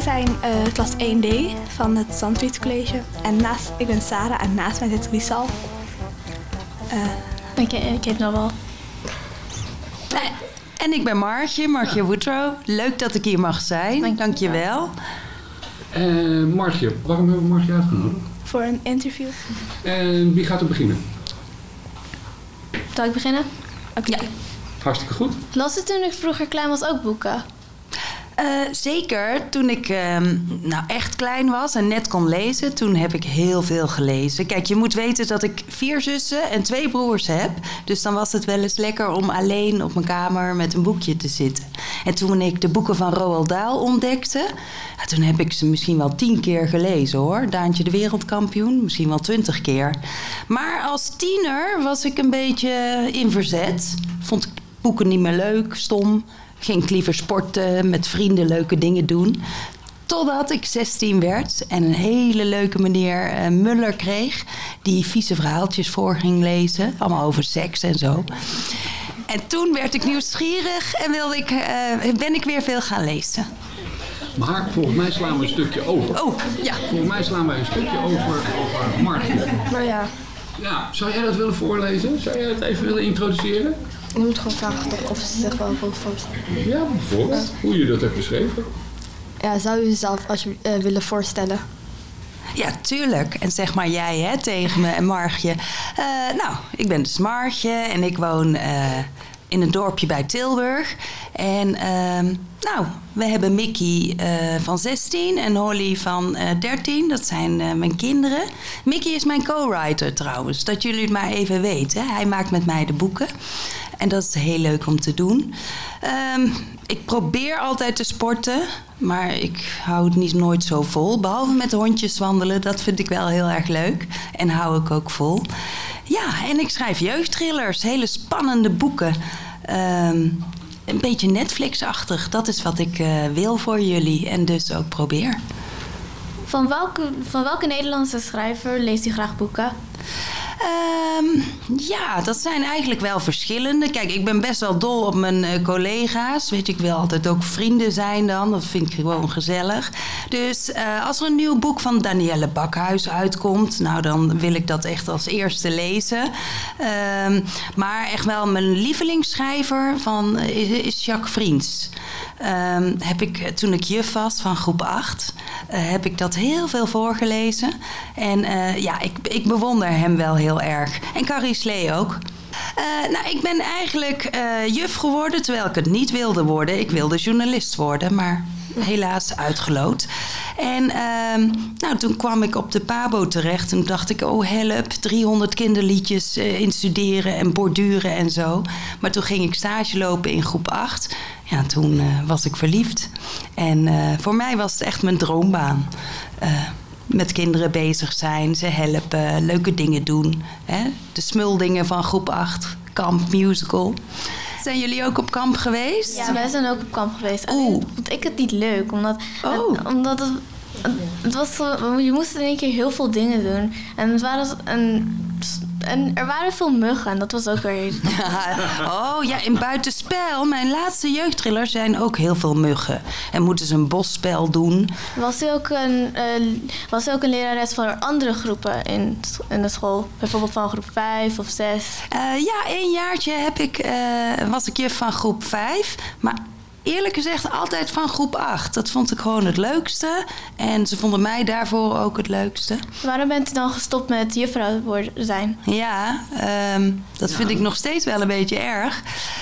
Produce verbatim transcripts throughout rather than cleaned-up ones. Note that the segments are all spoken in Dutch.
zijn uh, klas één D van het Zandvliet College. En naast, ik ben Sarah en naast mij zit Rizal. Uh, ik, ik heet Noël. En ik ben Margje, Margje Woodrow. Leuk dat ik hier mag zijn. Dank je wel. Uh, Margje, waarom hebben we Margje uitgenodigd? Voor een interview. En wie gaat er beginnen? Zal ik beginnen? Oké. Okay. Ja. Hartstikke goed. Las je toen ik vroeger klein was ook boeken? Uh, zeker. Toen ik uh, nou echt klein was en net kon lezen, toen heb ik heel veel gelezen. Kijk, je moet weten dat ik vier zussen en twee broers heb. Dus dan was het wel eens lekker om alleen op mijn kamer met een boekje te zitten. En toen ik de boeken van Roald Dahl ontdekte, ja, toen heb ik ze misschien wel tien keer gelezen hoor. Daantje de wereldkampioen, misschien wel twintig keer. Maar als tiener was ik een beetje in verzet. Vond ik boeken niet meer leuk, stom. Ging ik liever sporten, met vrienden leuke dingen doen. Totdat ik zestien werd en een hele leuke meneer uh, Muller kreeg, die vieze verhaaltjes voor ging lezen. Allemaal over seks en zo. En toen werd ik nieuwsgierig en wilde ik, uh, ben ik weer veel gaan lezen. Maar volgens mij slaan we een stukje over. Oh, ja. Volgens mij slaan we een stukje over over Margje. Maar ja. Ja, zou jij dat willen voorlezen? Zou jij het even willen introduceren? Je moet gewoon vragen toch of ze zich wel wil voorstellen. Ja, bijvoorbeeld. Hoe je dat hebt beschreven. Ja, zou je jezelf als je, uh, willen voorstellen? Ja, tuurlijk. En zeg maar jij hè, tegen me en Margje. Uh, nou, ik ben dus Margje en ik woon uh, in een dorpje bij Tilburg. En uh, nou, we hebben Mickey uh, van zestien en Holly van uh, dertien. Dat zijn uh, mijn kinderen. Mickey is mijn co-writer trouwens, dat jullie het maar even weten. Hij maakt met mij de boeken. En dat is heel leuk om te doen. Um, ik probeer altijd te sporten, maar ik hou het niet nooit zo vol. Behalve met de hondjes wandelen, dat vind ik wel heel erg leuk. En hou ik ook vol. Ja, en ik schrijf jeugdthrillers, hele spannende boeken. Um, een beetje Netflix-achtig, dat is wat ik uh, wil voor jullie en dus ook probeer. Van welke, van welke Nederlandse schrijver leest u graag boeken? Um, ja, dat zijn eigenlijk wel verschillende. Kijk, ik ben best wel dol op mijn uh, collega's. Weet je, ik wil altijd ook vrienden zijn dan. Dat vind ik gewoon gezellig. Dus uh, als er een nieuw boek van Danielle Bakhuis uitkomt, nou dan wil ik dat echt als eerste lezen. Um, maar echt wel mijn lievelingsschrijver van, uh, is, is Jacques Vriends. Um, heb ik, toen ik juf was van groep acht, uh, heb ik dat heel veel voorgelezen. En uh, ja, ik, ik bewonder hem wel heel erg. En Carrie Slee ook. Uh, nou, ik ben eigenlijk uh, juf geworden terwijl ik het niet wilde worden. Ik wilde journalist worden, maar helaas uitgeloot. En uh, nou, toen kwam ik op de Pabo terecht. Toen dacht ik, oh help, driehonderd kinderliedjes uh, instuderen en borduren en zo. Maar toen ging ik stage lopen in groep acht. Ja, toen uh, was ik verliefd. En uh, voor mij was het echt mijn droombaan. Uh, met kinderen bezig zijn, ze helpen, leuke dingen doen. Hè? De smuldingen van groep acht, kamp musical. Zijn jullie ook op kamp geweest? Ja, wij zijn ook op kamp geweest. Oeh. Vond ik het niet leuk, omdat, oh. het, omdat het, het was zo, je moest in één keer heel veel dingen doen. En het waren een, en er waren veel muggen en dat was ook weer... Ja, oh ja, in Buitenspel, mijn laatste jeugdthriller, zijn ook heel veel muggen. En moeten ze een bosspel doen. Was u ook een, uh, was u ook een lerares van andere groepen in, in de school? Bijvoorbeeld van groep vijf of zes? Uh, ja, één jaartje heb ik, uh, was ik juf van groep vijf. Maar eerlijk gezegd altijd van groep acht. Dat vond ik gewoon het leukste. En ze vonden mij daarvoor ook het leukste. Waarom bent u dan gestopt met juffrouw zijn? Ja, um, dat vind ik nog steeds wel een beetje erg.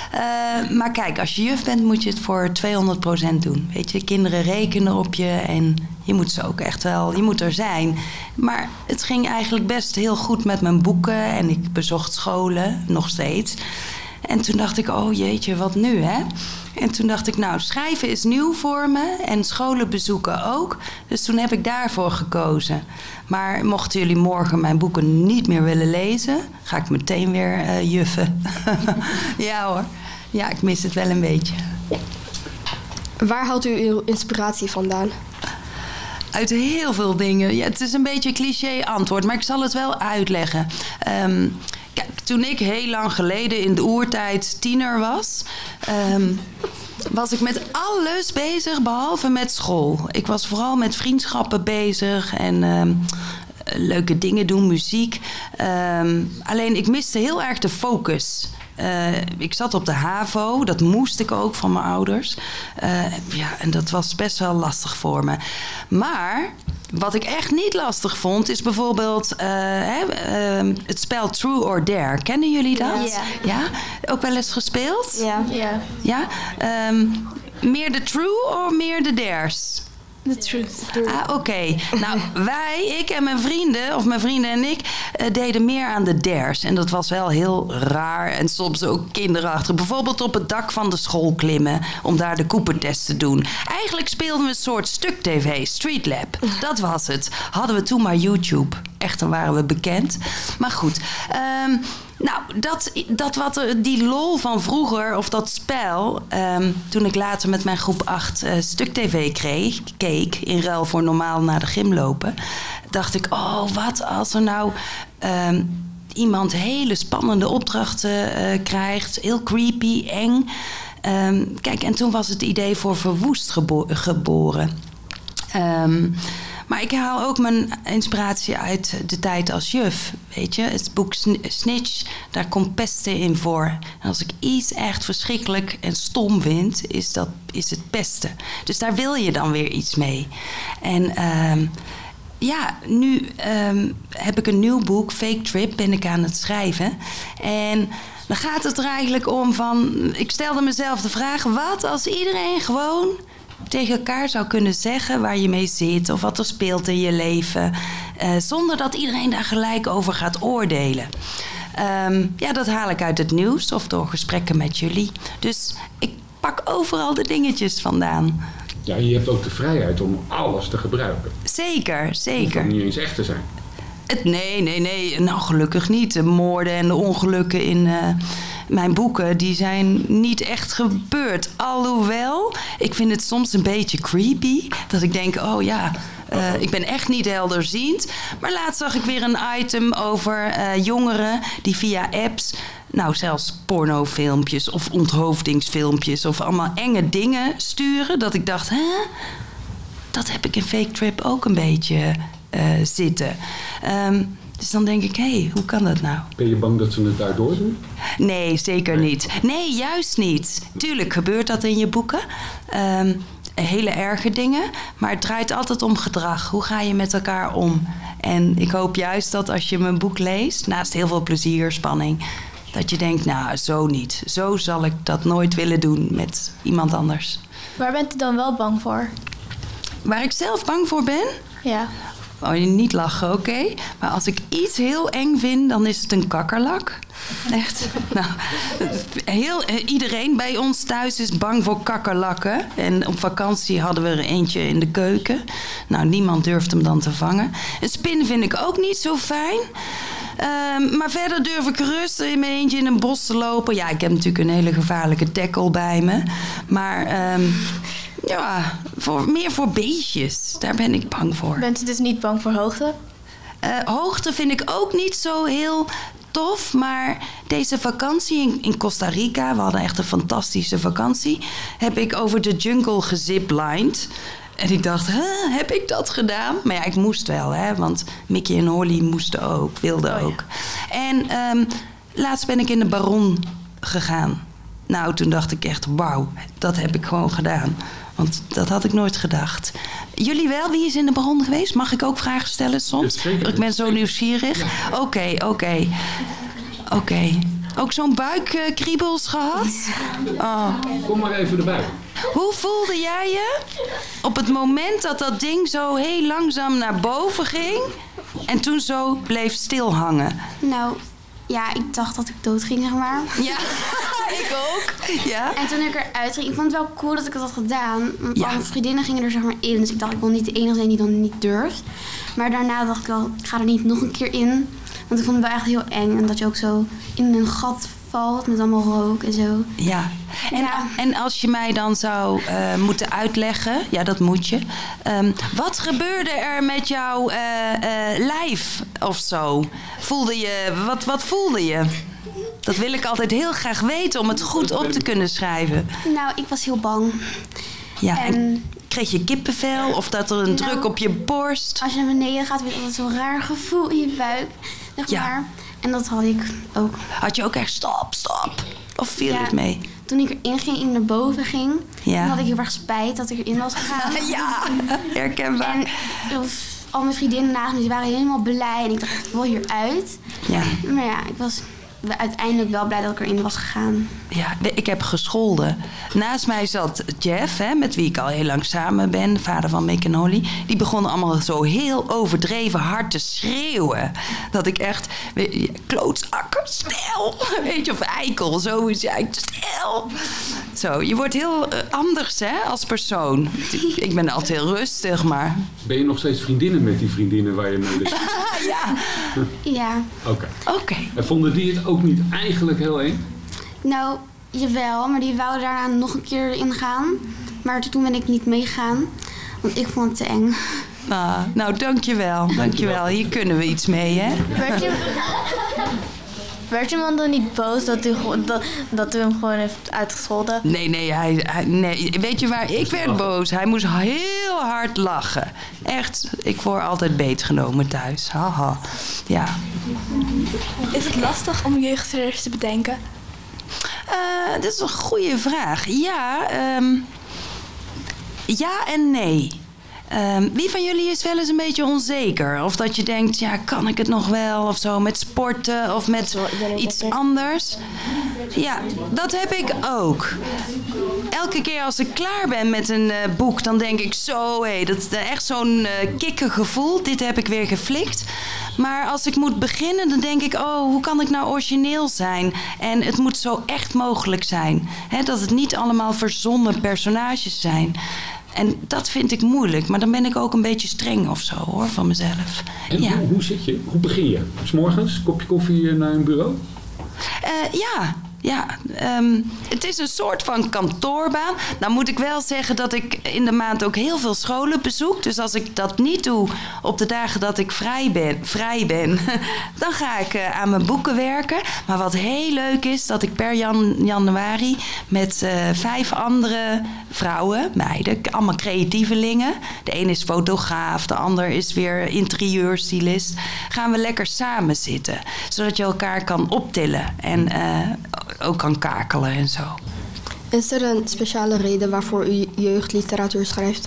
Uh, maar kijk, als je juf bent moet je het voor tweehonderd procent doen. Weet je, kinderen rekenen op je en je moet ze ook echt wel, je moet er zijn. Maar het ging eigenlijk best heel goed met mijn boeken en ik bezocht scholen, nog steeds. En toen dacht ik, oh jeetje, wat nu hè? En toen dacht ik, nou, schrijven is nieuw voor me en scholen bezoeken ook. Dus toen heb ik daarvoor gekozen. Maar mochten jullie morgen mijn boeken niet meer willen lezen, ga ik meteen weer uh, juffen. Ja hoor, ja, ik mis het wel een beetje. Waar haalt u uw inspiratie vandaan? Uit heel veel dingen. Ja, het is een beetje een cliché antwoord, maar ik zal het wel uitleggen. Um, Kijk, toen ik heel lang geleden in de oertijd tiener was... Um, was ik met alles bezig behalve met school. Ik was vooral met vriendschappen bezig en um, leuke dingen doen, muziek. Um, alleen ik miste heel erg de focus. Uh, ik zat op de HAVO, dat moest ik ook van mijn ouders. Uh, ja, en dat was best wel lastig voor me. Maar wat ik echt niet lastig vond, is bijvoorbeeld uh, hè, uh, het spel True or Dare. Kennen jullie dat? Ja. Ja? Ook wel eens gespeeld? Ja. Ja. Ja? Um, meer de true of meer de dares? The truth. Ah, oké. Okay. Nou, wij, ik en mijn vrienden, of mijn vrienden en ik, uh, deden meer aan de dares. En dat was wel heel raar en soms ook kinderachtig. Bijvoorbeeld op het dak van de school klimmen, om daar de Cooper-test te doen. Eigenlijk speelden we een soort stuk-tv, Street Lab. Dat was het. Hadden we toen maar YouTube. Echt, dan waren we bekend. Maar goed. Um, Nou, dat, dat wat er, die lol van vroeger, of dat spel, um, toen ik later met mijn groep acht uh, stuk-tv kreeg, keek, in ruil voor normaal naar de gym lopen, dacht ik, oh, wat als er nou um, iemand hele spannende opdrachten uh, krijgt, heel creepy, eng. Um, kijk, en toen was het idee voor Verwoest gebo- geboren. Um, Maar ik haal ook mijn inspiratie uit de tijd als juf. Weet je, het boek Snitch, daar komt pesten in voor. En als ik iets echt verschrikkelijk en stom vind, is, dat, is het pesten. Dus daar wil je dan weer iets mee. En um, ja, nu um, heb ik een nieuw boek, Fake Trip, ben ik aan het schrijven. En dan gaat het er eigenlijk om van, ik stelde mezelf de vraag, wat als iedereen gewoon tegen elkaar zou kunnen zeggen waar je mee zit of wat er speelt in je leven, uh, zonder dat iedereen daar gelijk over gaat oordelen. Um, ja, dat haal ik uit het nieuws of door gesprekken met jullie. Dus ik pak overal de dingetjes vandaan. Ja, je hebt ook de vrijheid om alles te gebruiken. Zeker, zeker. Het hoeft niet eens echt te zijn. Het, nee, nee, nee. Nou, gelukkig niet. De moorden en de ongelukken in uh, mijn boeken, die zijn niet echt gebeurd. Alhoewel, ik vind het soms een beetje creepy. Dat ik denk, oh ja, uh, ik ben echt niet helderziend. Maar laatst zag ik weer een item over uh, jongeren die via apps, nou zelfs pornofilmpjes of onthoofdingsfilmpjes of allemaal enge dingen sturen. Dat ik dacht, hè? Dat heb ik in Fake Trip ook een beetje uh, zitten. Um, dus dan denk ik, hé, hey, hoe kan dat nou? Ben je bang dat ze het daardoor doen? Nee, zeker niet. Nee, juist niet. Tuurlijk gebeurt dat in je boeken. Um, hele erge dingen. Maar het draait altijd om gedrag. Hoe ga je met elkaar om? En ik hoop juist dat als je mijn boek leest, naast heel veel plezier, spanning, dat je denkt, nou, zo niet. Zo zal ik dat nooit willen doen met iemand anders. Waar bent u dan wel bang voor? Waar ik zelf bang voor ben? Ja. Oh, niet lachen, oké? Okay? Maar als ik iets heel eng vind, dan is het een kakkerlak. Echt. Nou, heel, iedereen bij ons thuis is bang voor kakkerlakken. En op vakantie hadden we er eentje in de keuken. Nou, niemand durft hem dan te vangen. Een spin vind ik ook niet zo fijn. Um, maar verder durf ik rustig in mijn eentje in een bos te lopen. Ja, ik heb natuurlijk een hele gevaarlijke tackle bij me. Maar um, ja, voor, meer voor beestjes. Daar ben ik bang voor. Bent u dus niet bang voor hoogte? Uh, hoogte vind ik ook niet zo heel tof. Maar deze vakantie in, in Costa Rica, we hadden echt een fantastische vakantie, heb ik over de jungle geziplined. En ik dacht, huh, heb ik dat gedaan? Maar ja, ik moest wel, hè, want Mickey en Holly moesten ook, wilden oh, ja. ook. En um, laatst ben ik in de Baron gegaan. Nou, toen dacht ik echt, wauw, dat heb ik gewoon gedaan. Want dat had ik nooit gedacht. Jullie wel? Wie is in de Baron geweest? Mag ik ook vragen stellen soms? Ik ben zo nieuwsgierig. Oké, okay, oké. Okay. Oké. Okay. Ook zo'n buikkriebels gehad? Oh. Kom maar even erbij. Hoe voelde jij je op het moment dat dat ding zo heel langzaam naar boven ging en toen zo bleef stilhangen? Nou, ja, ik dacht dat ik dood ging, zeg maar. Ja, ik ook. Ja. En toen ik eruit ging, ik vond het wel cool dat ik het had gedaan. Want Ja. alle vriendinnen gingen er zeg maar in. Dus ik dacht, ik wil niet de enige zijn die dan niet durft. Maar daarna dacht ik wel, ik ga er niet nog een keer in. Want ik vond het wel echt heel eng. En dat je ook zo in een gat valt met allemaal rook en zo. Ja. En, Ja. en als je mij dan zou uh, moeten uitleggen, ja, dat moet je. Um, wat gebeurde er met jouw uh, uh, lijf of zo? Voelde je, wat, wat voelde je? Dat wil ik altijd heel graag weten om het goed op te kunnen schrijven. Nou, ik was heel bang. Ja, en En kreeg je kippenvel of dat er een Nou, druk op je borst? als je naar beneden gaat, heb je altijd zo'n raar gevoel in je buik. Zeg Ja. maar. En dat had ik ook. Had je ook echt stop, stop? Of viel Ja. het mee? Toen ik erin ging en naar boven ging, Ja. dan had ik heel erg spijt dat ik erin was gegaan. Ja, herkenbaar. En of, al mijn vriendinnen naast me, die waren helemaal blij. En ik dacht, ik wil hieruit. Ja. Maar ja, ik was uiteindelijk wel blij dat ik erin was gegaan. Ja, ik heb gescholden. Naast mij zat Jeff, hè, met wie ik al heel lang samen ben, vader van Mick en Holly. Die begonnen allemaal zo heel overdreven hard te schreeuwen. Dat ik echt, weet je, klootzakker, stil. Weet je, of eikel, zo is jij, stil. Zo, je wordt heel eh, anders, hè, als persoon. Ik ben altijd heel rustig, maar... Ben je nog steeds vriendinnen met die vriendinnen waar je mee bent? Ah, ja, Ja, Oké. oké. En vonden die het ook niet eigenlijk heel eng? nou, jawel. Maar die wouden daarna nog een keer ingaan. Maar toen ben ik niet meegegaan. Want ik vond het te eng. Ah, nou, dankjewel, dankjewel. Hier kunnen we iets mee, hè? Werd je, werd je man dan niet boos dat u, gewoon- dat, dat u hem gewoon heeft uitgescholden? Nee, nee, hij, hij, nee, weet je waar ik werd boos? Hij moest heel hard lachen. Echt, ik word altijd beetgenomen thuis. Haha. Ja. Is het lastig om jeugdthrillers te bedenken? Uh, dit is een goede vraag. Ja, um, ja en nee. Um, wie van jullie is wel eens een beetje onzeker? Of dat je denkt, ja, kan ik het nog wel? Of zo, met sporten of met iets anders? Ja, dat heb ik ook. Elke keer als ik klaar ben met een uh, boek, dan denk ik zo, hé, dat is echt zo'n uh, kikkergevoel. Dit heb ik weer geflikt. Maar als ik moet beginnen, dan denk ik, oh, hoe kan ik nou origineel zijn? En het moet zo echt mogelijk zijn. Hè, dat het niet allemaal verzonnen personages zijn. En dat vind ik moeilijk, maar dan ben ik ook een beetje streng of zo, hoor, van mezelf. En Ja. hoe, hoe zit je? Hoe begin je? 'S Morgens, kopje koffie naar een bureau? Uh, ja, ja. Um, het is een soort van kantoorbaan. Nou moet ik wel zeggen dat ik in de maand ook heel veel scholen bezoek. Dus als ik dat niet doe op de dagen dat ik vrij ben, vrij ben dan ga ik uh, aan mijn boeken werken. Maar wat heel leuk is, dat ik per jan, januari met uh, vijf andere vrouwen, meiden, allemaal creatievelingen. De een is fotograaf, de ander is weer interieurstylist. Gaan we lekker samen zitten, zodat je elkaar kan optillen en uh, ook kan kakelen en zo. Is er een speciale reden waarvoor u jeugdliteratuur schrijft?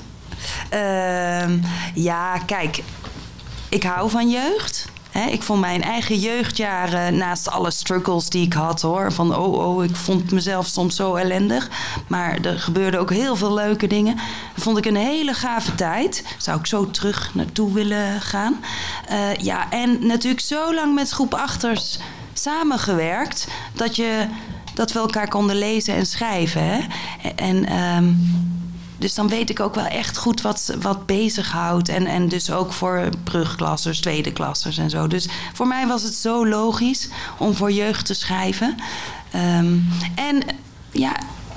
Uh, ja, kijk, ik hou van jeugd. He, ik vond mijn eigen jeugdjaren, naast alle struggles die ik had, hoor. Van oh, oh, ik vond mezelf soms zo ellendig. Maar er gebeurden ook heel veel leuke dingen. Dat vond ik een hele gave tijd. Zou ik zo terug naartoe willen gaan. Uh, ja, en natuurlijk zo lang met groep achters samengewerkt dat, je, dat we elkaar konden lezen en schrijven. Hè? En um, dus dan weet ik ook wel echt goed wat, wat bezighoudt. En, en dus ook voor brugklassers, tweede klassers en zo. Dus voor mij was het zo logisch om voor jeugd te schrijven. Um, en ja,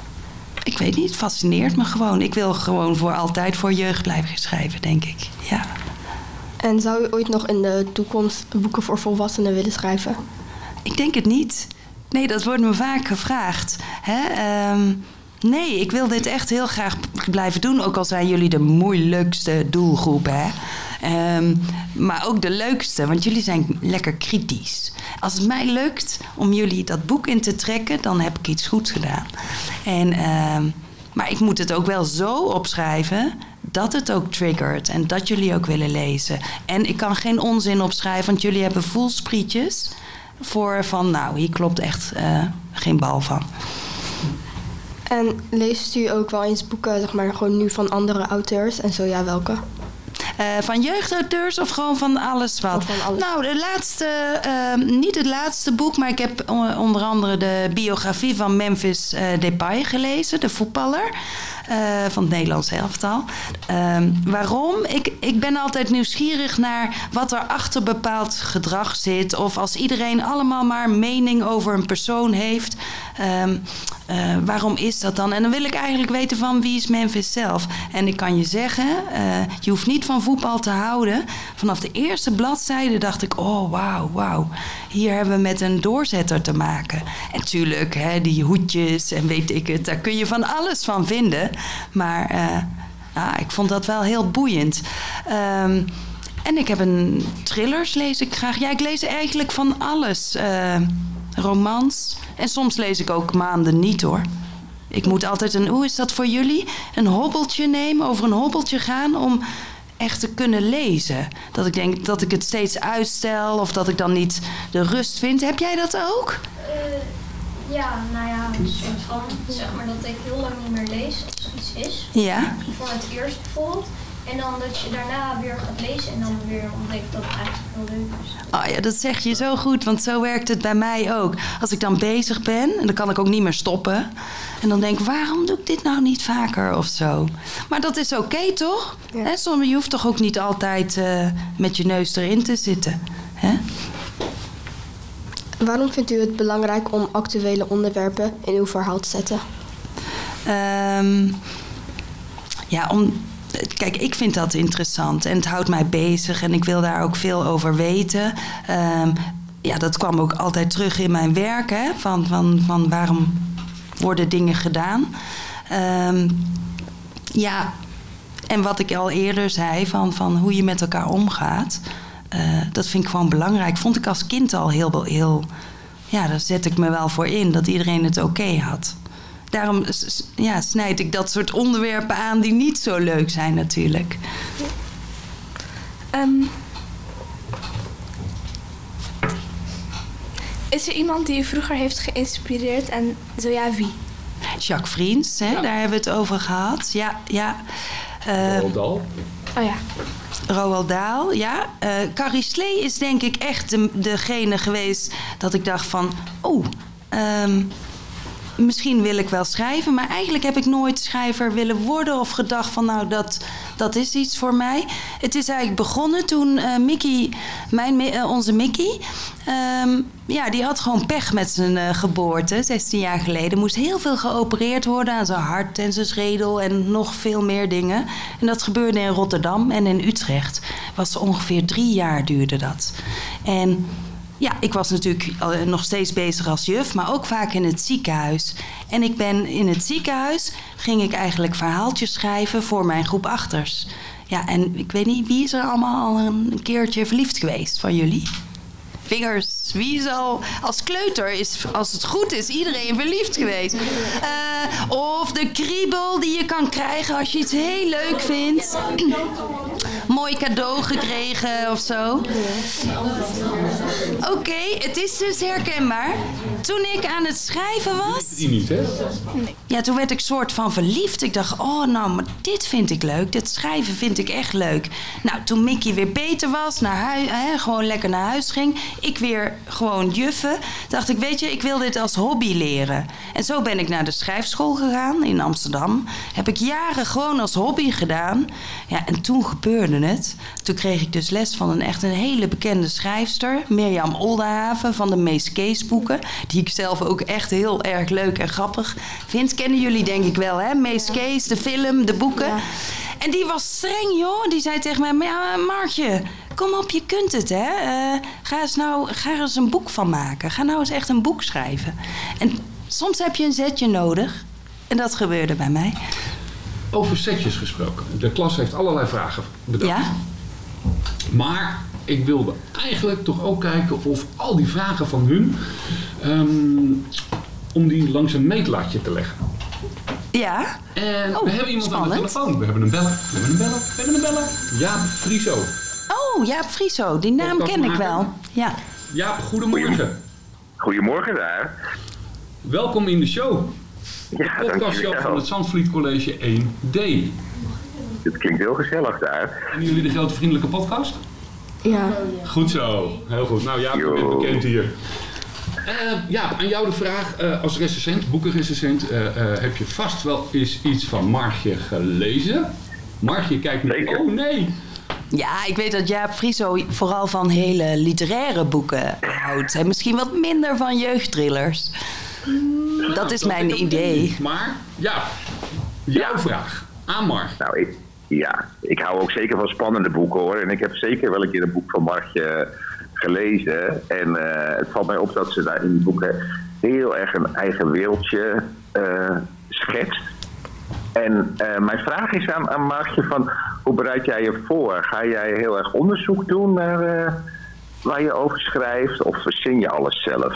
ik weet niet, het fascineert me gewoon. Ik wil gewoon voor altijd voor jeugd blijven schrijven, denk ik. Ja. En zou u ooit nog in de toekomst boeken voor volwassenen willen schrijven? Ik denk het niet. Nee, dat wordt me vaak gevraagd. Hè? Um, nee, ik wil dit echt heel graag blijven doen. Ook al zijn jullie de moeilijkste doelgroep. Hè? Um, maar ook de leukste, want jullie zijn lekker kritisch. Als het mij lukt om jullie dat boek in te trekken, dan heb ik iets goeds gedaan. En, um, maar ik moet het ook wel zo opschrijven dat het ook triggert en dat jullie ook willen lezen. En ik kan geen onzin opschrijven, want jullie hebben voelsprietjes voor van, nou, hier klopt echt uh, geen bal van. En leest u ook wel eens boeken, zeg maar, gewoon nu van andere auteurs? En zo ja, welke? Uh, van jeugdauteurs of gewoon van alles wat? Van alles. Nou, de laatste, uh, niet het laatste boek, maar ik heb onder andere de biografie van Memphis uh, Depay gelezen, de voetballer. uh, van het Nederlands elftal. Um, waarom? Ik, ik ben altijd nieuwsgierig naar wat er achter bepaald gedrag zit. Of als iedereen allemaal maar mening over een persoon heeft. Um, uh, waarom is dat dan? En dan wil ik eigenlijk weten van wie is Memphis zelf. En ik kan je zeggen, uh, je hoeft niet van voetbal te houden. Vanaf de eerste bladzijde dacht ik, oh wauw, wauw. Hier hebben we met een doorzetter te maken. En tuurlijk, hè, die hoedjes en weet ik het, daar kun je van alles van vinden. Maar uh, ah, ik vond dat wel heel boeiend. Um, en ik heb een thrillers, lees ik graag. Ja, ik lees eigenlijk van alles. Uh, romans. En soms lees ik ook maanden niet, hoor. Ik moet altijd een, hoe is dat voor jullie? Een hobbeltje nemen, over een hobbeltje gaan om echt te kunnen lezen. Dat ik denk dat ik het steeds uitstel of dat ik dan niet de rust vind. Heb jij dat ook? Uh, ja, nou ja, een soort van, zeg maar dat ik heel lang niet meer lees als er iets is. Ja. Voor het eerst bijvoorbeeld. En dan dat je daarna weer gaat lezen en dan weer ontdekt dat het eigenlijk heel leuk is. Oh ja, dat zeg je zo goed, want zo werkt het bij mij ook. Als ik dan bezig ben, en dan kan ik ook niet meer stoppen. En dan denk ik, waarom doe ik dit nou niet vaker of zo? Maar dat is oké, okay, toch? Ja. He, soms, je hoeft toch ook niet altijd uh, met je neus erin te zitten. He? Waarom vindt u het belangrijk om actuele onderwerpen in uw verhaal te zetten? Um, ja, om... Kijk, ik vind dat interessant en het houdt mij bezig en ik wil daar ook veel over weten. Um, ja, dat kwam ook altijd terug in mijn werk, hè, van, van, van waarom worden dingen gedaan. Um, ja, en wat ik al eerder zei, van, van hoe je met elkaar omgaat, uh, dat vind ik gewoon belangrijk. Vond ik als kind al heel, heel, ja, daar zet ik me wel voor in, dat iedereen het oké okay had. Daarom ja, snijd ik dat soort onderwerpen aan die niet zo leuk zijn natuurlijk. Um, is er iemand die u vroeger heeft geïnspireerd en zo ja, wie? Jacques Vriends, hè, ja. Daar hebben we het over gehad. Ja, ja. Uh, Roald Dahl. Oh ja. Roald Dahl, ja. Uh, Carrie Slee is denk ik echt de, degene geweest dat ik dacht van... Oh, um, misschien wil ik wel schrijven, maar eigenlijk heb ik nooit schrijver willen worden of gedacht van nou, dat, dat is iets voor mij. Het is eigenlijk begonnen toen uh, Mickey, mijn, uh, onze Mickey, um, ja, die had gewoon pech met zijn uh, geboorte, zestien jaar geleden. Moest heel veel geopereerd worden aan zijn hart en zijn schedel en nog veel meer dingen. En dat gebeurde in Rotterdam en in Utrecht. Was ongeveer drie jaar duurde dat. En ja, ik was natuurlijk nog steeds bezig als juf, maar ook vaak in het ziekenhuis. En ik ben in het ziekenhuis, ging ik eigenlijk verhaaltjes schrijven voor mijn groep achters. Ja, en ik weet niet, wie is er allemaal al een keertje verliefd geweest van jullie? Vingers. Wie is al als kleuter is, als het goed is, iedereen verliefd geweest. Uh, of de kriebel die je kan krijgen als je iets heel leuk vindt. Mooi cadeau gekregen of zo. Oké, okay, het is dus herkenbaar. Toen ik aan het schrijven was... Die niet, hè? Ja, toen werd ik soort van verliefd. Ik dacht, oh nou, maar dit vind ik leuk. Dit schrijven vind ik echt leuk. Nou, toen Mickey weer beter was, naar huis, hè, gewoon lekker naar huis ging... ik weer gewoon juffen, dacht ik, weet je, ik wil dit als hobby leren. En zo ben ik naar de schrijfschool gegaan in Amsterdam. Heb ik jaren gewoon als hobby gedaan. Ja, en toen gebeurde het. Toen kreeg ik dus les van een echt een hele bekende schrijfster, Mirjam Oldenhaven van de Mees Kees boeken, die ik zelf ook echt heel erg leuk en grappig vind. Kennen jullie denk ik wel, hè? Mees Kees, de film, de boeken. Ja. En die was streng, joh. Die zei tegen mij, maar ja, Maartje, kom op, je kunt het, hè. Uh, ga, eens nou, ga er eens een boek van maken. Ga nou eens echt een boek schrijven. En soms heb je een zetje nodig. En dat gebeurde bij mij. Over setjes gesproken. De klas heeft allerlei vragen bedacht. Ja? Maar ik wilde eigenlijk toch ook kijken of al die vragen van hun... Um, om die langs een meetlatje te leggen. Ja. En oh, we hebben iemand spannend. aan de telefoon. We hebben een beller. We hebben een beller. We hebben een beller. Jaap Frieso. Oh, Jaap Frieso. Die naam ken ik wel. Ja. Jaap, goedemorgen. Goedemorgen daar. Welkom in de show. Ja, de podcastshow van het Zandvliet College één D. Het klinkt heel gezellig daar. Kennen jullie de Grote Vriendelijke Podcast? Ja. Goed zo. Heel goed. Nou, Jaap, je bent bekend hier. Uh, ja, aan jou de vraag. Uh, als recensent, boekenrecensent, uh, uh, heb je vast wel eens iets van Margje gelezen? Margje kijkt nu. Zeker. Oh nee. Ja, ik weet dat Jaap Frieso vooral van hele literaire boeken houdt. En misschien wat minder van jeugdthrillers. Nou, dat is dat mijn idee. Niet, maar ja, jouw ja. vraag aan Marg. Nou, ik, ja, ik hou ook zeker van spannende boeken hoor. En ik heb zeker wel een keer een boek van Margje gelezen. En uh, het valt mij op dat ze daar in die boeken heel erg een eigen wereldje uh, schetst. En uh, mijn vraag is aan, aan Margje van, hoe bereid jij je voor? Ga jij heel erg onderzoek doen naar uh, waar je over schrijft? Of verzin je alles zelf?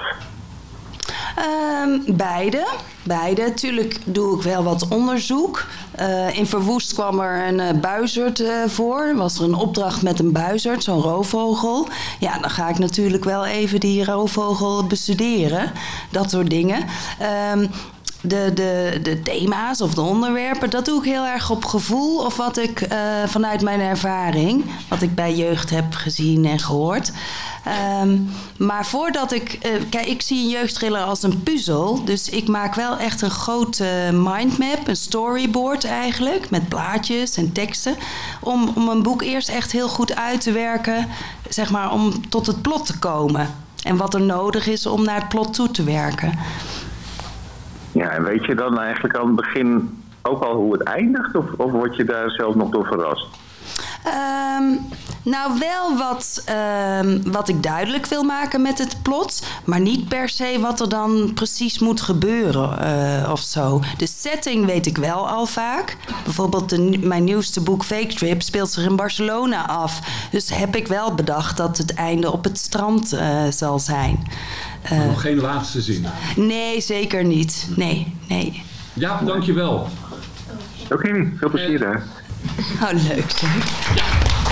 Um, beide. Beide. Tuurlijk doe ik wel wat onderzoek. Uh, in Verwoest kwam er een uh, buizerd uh, voor. Was er een opdracht met een buizerd, zo'n roofvogel. Ja, dan ga ik natuurlijk wel even die roofvogel bestuderen. Dat soort dingen. Um, De, de, de thema's of de onderwerpen, dat doe ik heel erg op gevoel of wat ik uh, vanuit mijn ervaring, wat ik bij jeugd heb gezien en gehoord. Um, maar voordat ik, uh, kijk, ik zie een jeugdthriller als een puzzel, dus ik maak wel echt een grote mindmap, een storyboard eigenlijk, met plaatjes en teksten, om, om een boek eerst echt heel goed uit te werken, zeg maar, om tot het plot te komen. En wat er nodig is om naar het plot toe te werken. Ja, en weet je dan eigenlijk aan het begin ook al hoe het eindigt? Of, of word je daar zelf nog door verrast? Um, nou, wel wat, um, wat ik duidelijk wil maken met het plot. Maar niet per se wat er dan precies moet gebeuren uh, of zo. De setting weet ik wel al vaak. Bijvoorbeeld de, mijn nieuwste boek Fake Trip speelt zich in Barcelona af. Dus heb ik wel bedacht dat het einde op het strand uh, zal zijn. Uh, maar nog geen laatste zin? Nee, zeker niet. Nee, nee. Ja, dankjewel. Oké, okay, veel plezier daar. Oh, leuk. Ja.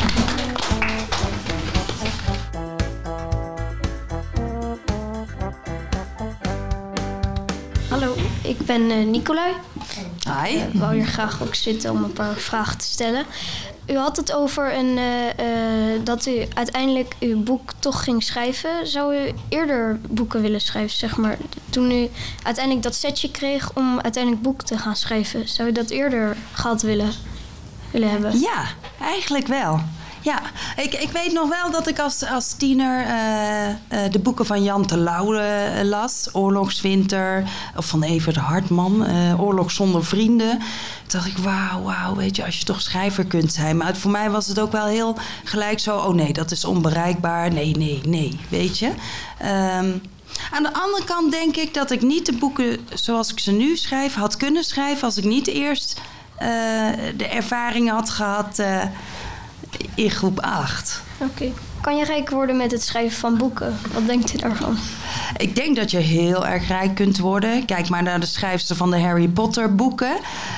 Hallo, ik ben uh, Nicolai. Hi. Ik wou hier graag ook zitten om een paar vragen te stellen. U had het over een, uh, uh, dat u uiteindelijk uw boek toch ging schrijven. Zou u eerder boeken willen schrijven, zeg maar? Toen u uiteindelijk dat setje kreeg om uiteindelijk boek te gaan schrijven. Zou u dat eerder gehad willen, willen hebben? Ja, eigenlijk wel. Ja, ik, ik weet nog wel dat ik als, als tiener uh, uh, de boeken van Jan Terlouw uh, las. Oorlogswinter, of van Evert Hartman, uh, Oorlog zonder vrienden. Toen dacht ik, wauw, wauw, weet je, als je toch schrijver kunt zijn. Maar voor mij was het ook wel heel gelijk zo, oh nee, dat is onbereikbaar. Nee, nee, nee, weet je. Um, aan de andere kant denk ik dat ik niet de boeken zoals ik ze nu schrijf had kunnen schrijven als ik niet eerst uh, de ervaring had gehad uh, in groep acht. Oké. Okay. Kan je rijk worden met het schrijven van boeken? Wat denkt u daarvan? Ik denk dat je heel erg rijk kunt worden. Kijk maar naar de schrijfster van de Harry Potter boeken.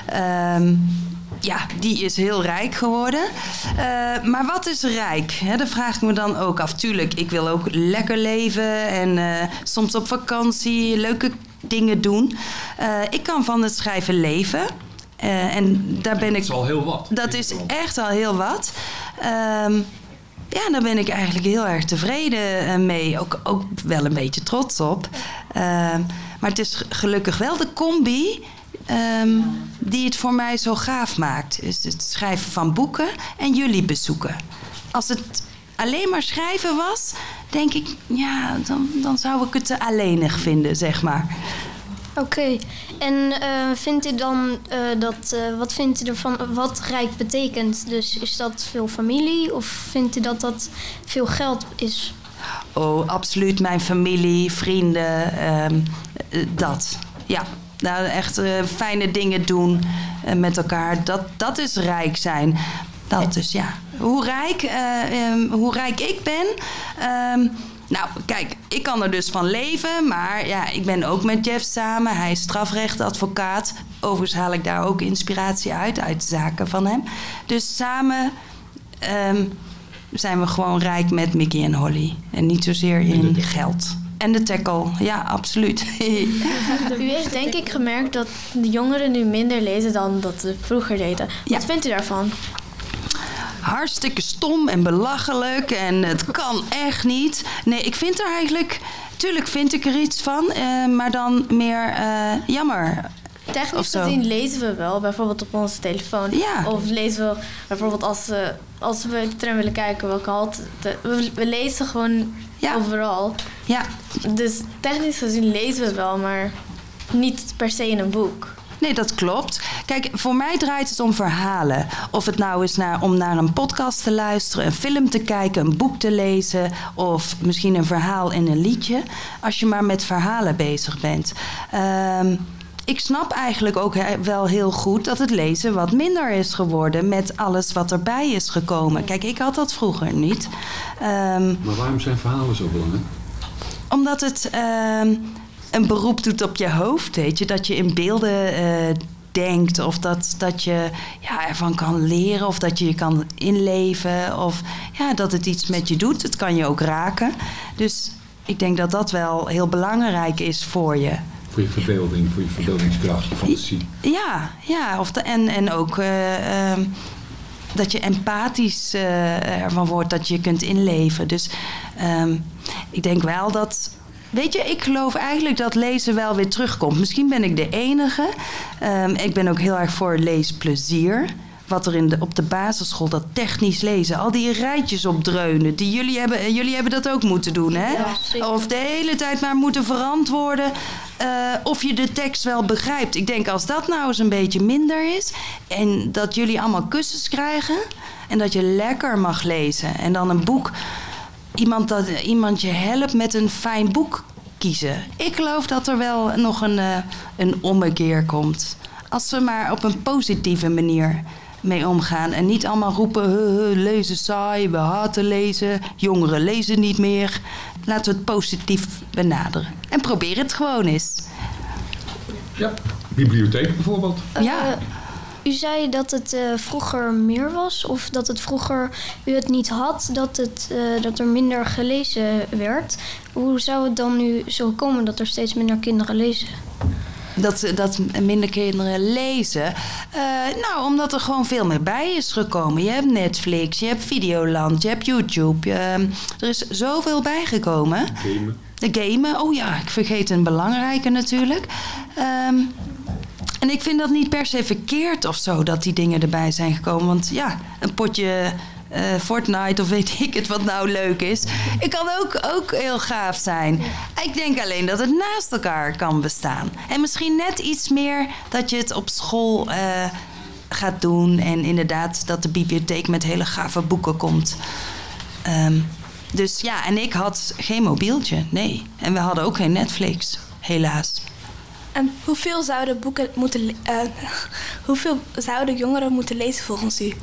Um, ja, die is heel rijk geworden. Uh, maar wat is rijk? He, dat vraag ik me dan ook af. Tuurlijk, ik wil ook lekker leven en uh, soms op vakantie leuke dingen doen. Uh, ik kan van het schrijven leven. Uh, en daar ben ik. Dat is al heel wat. Dat is echt al heel wat. Um, ja, daar ben ik eigenlijk heel erg tevreden mee. Ook, ook wel een beetje trots op. Uh, maar het is gelukkig wel de combi um, die het voor mij zo gaaf maakt. Is het schrijven van boeken en jullie bezoeken. Als het alleen maar schrijven was, denk ik, ja, dan, dan zou ik het te alleenig vinden, zeg maar. Oké, okay. En uh, vindt u dan uh, dat, uh, wat vindt u ervan, wat rijk betekent? Dus is dat veel familie of vindt u dat dat veel geld is? Oh, absoluut mijn familie, vrienden, um, uh, dat. Ja, nou echt uh, fijne dingen doen uh, met elkaar, dat, dat is rijk zijn. Dat dus, ja. Hoe rijk, uh, um, hoe rijk ik ben... Um, Nou, kijk, ik kan er dus van leven, maar ja, ik ben ook met Jeff samen. Hij is strafrechtadvocaat. Overigens haal ik daar ook inspiratie uit, uit de zaken van hem. Dus samen um, zijn we gewoon rijk met Mickey en Holly. En niet zozeer in geld. En de tackle, ja, absoluut. U heeft denk ik gemerkt dat de jongeren nu minder lezen dan dat ze vroeger deden. Wat ja. vindt u daarvan? hartstikke stom en belachelijk en het kan echt niet. Nee, ik vind er eigenlijk... Tuurlijk vind ik er iets van, uh, maar dan meer uh, jammer. Technisch gezien lezen we wel, bijvoorbeeld op onze telefoon. Ja. Of lezen we bijvoorbeeld als, uh, als we de tram willen kijken, welke halte. We, we lezen gewoon ja. overal. Ja. Dus technisch gezien lezen we wel, maar niet per se in een boek. Nee, dat klopt. Kijk, voor mij draait het om verhalen. Of het nou is naar, om naar een podcast te luisteren, een film te kijken, een boek te lezen of misschien een verhaal in een liedje. Als je maar met verhalen bezig bent. Um, ik snap eigenlijk ook wel heel goed dat het lezen wat minder is geworden met alles wat erbij is gekomen. Kijk, ik had dat vroeger niet. Um, maar waarom zijn verhalen zo belangrijk? Omdat het... Um, een beroep doet op je hoofd, weet je. Dat je in beelden uh, denkt of dat, dat je ja, ervan kan leren of dat je je kan inleven of ja, dat het iets met je doet. Het kan je ook raken. Dus ik denk dat dat wel heel belangrijk is voor je. Voor je verbeelding, voor je verbeeldingskracht, je fantasie. Ja, ja of de, en, en ook uh, um, dat je empathisch uh, ervan wordt, dat je kunt inleven. Dus um, ik denk wel dat... Weet je, ik geloof eigenlijk dat lezen wel weer terugkomt. Misschien ben ik de enige. Um, ik ben ook heel erg voor leesplezier. Wat er in de, op de basisschool, dat technisch lezen. Al die rijtjes opdreunen. Die jullie, hebben, jullie hebben dat ook moeten doen, hè? Ja, of de hele tijd maar moeten verantwoorden. Uh, of je de tekst wel begrijpt. Ik denk, als dat nou eens een beetje minder is. En dat jullie allemaal kussens krijgen. En dat je lekker mag lezen. En dan een boek... Iemand, dat, iemand je helpt met een fijn boek kiezen. Ik geloof dat er wel nog een, uh, een ommekeer komt. Als we maar op een positieve manier mee omgaan. En niet allemaal roepen, he, he, lezen saai, we haten lezen. Jongeren lezen niet meer. Laten we het positief benaderen. En probeer het gewoon eens. Ja, bibliotheek bijvoorbeeld. Ja. Uh, U zei dat het uh, vroeger meer was of dat het vroeger u het niet had, dat, het, uh, dat er minder gelezen werd. Hoe zou het dan nu zo komen dat er steeds minder kinderen lezen? Dat, dat minder kinderen lezen? Uh, nou, omdat er gewoon veel meer bij is gekomen. Je hebt Netflix, je hebt Videoland, je hebt YouTube. Uh, er is zoveel bijgekomen. Gamen. De gamen, oh ja, ik vergeet een belangrijke natuurlijk. Um, En ik vind dat niet per se verkeerd of zo dat die dingen erbij zijn gekomen. Want ja, een potje uh, Fortnite of weet ik het wat nou leuk is. Het kan ook, ook heel gaaf zijn. Ik denk alleen dat het naast elkaar kan bestaan. En misschien net iets meer dat je het op school uh, gaat doen. En inderdaad dat de bibliotheek met hele gave boeken komt. Um, dus ja, en ik had geen mobieltje, nee. En we hadden ook geen Netflix, helaas. En hoeveel zouden boeken moeten, uh, hoeveel zouden jongeren moeten lezen volgens u?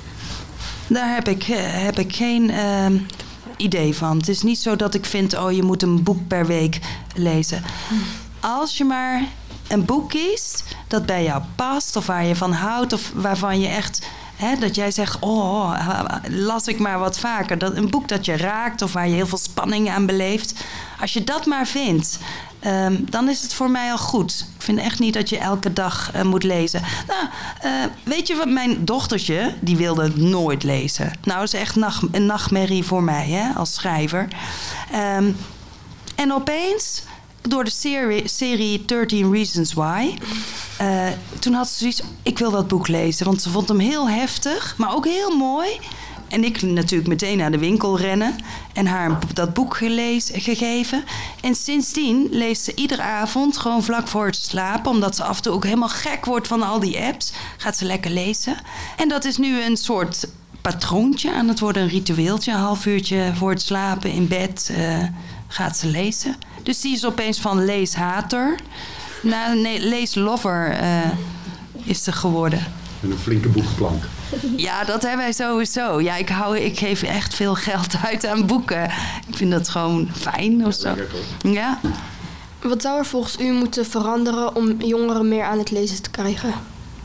Daar heb ik, uh, heb ik geen uh, idee van. Het is niet zo dat ik vind, oh, je moet een boek per week lezen. Als je maar een boek kiest dat bij jou past of waar je van houdt of waarvan je echt... Hè, dat jij zegt, oh, las ik maar wat vaker. Dat, een boek dat je raakt of waar je heel veel spanning aan beleeft. Als je dat maar vindt, um, dan is het voor mij al goed. Ik vind echt niet dat je elke dag uh, moet lezen. Nou, uh, weet je wat, mijn dochtertje, die wilde nooit lezen. Nou, dat is echt nacht, een nachtmerrie voor mij, hè, als schrijver. Um, en opeens... Door de serie, serie dertien Reasons Why. Uh, toen had ze zoiets... Ik wil dat boek lezen. Want ze vond hem heel heftig. Maar ook heel mooi. En ik natuurlijk meteen naar de winkel rennen. En haar dat boek gelees, gegeven. En sindsdien leest ze iedere avond. Gewoon vlak voor het slapen. Omdat ze af en toe ook helemaal gek wordt van al die apps. Gaat ze lekker lezen. En dat is nu een soort patroontje aan het worden. Een ritueeltje. Een half uurtje voor het slapen in bed. Uh, gaat ze lezen. Dus die is opeens van leeshater naar nee, leeslover uh, is ze geworden. En een flinke boekenplank. Ja, dat hebben wij sowieso. Ja, ik, hou, ik geef echt veel geld uit aan boeken. Ik vind dat gewoon fijn of zo. Ja. Wat zou er volgens u moeten veranderen om jongeren meer aan het lezen te krijgen?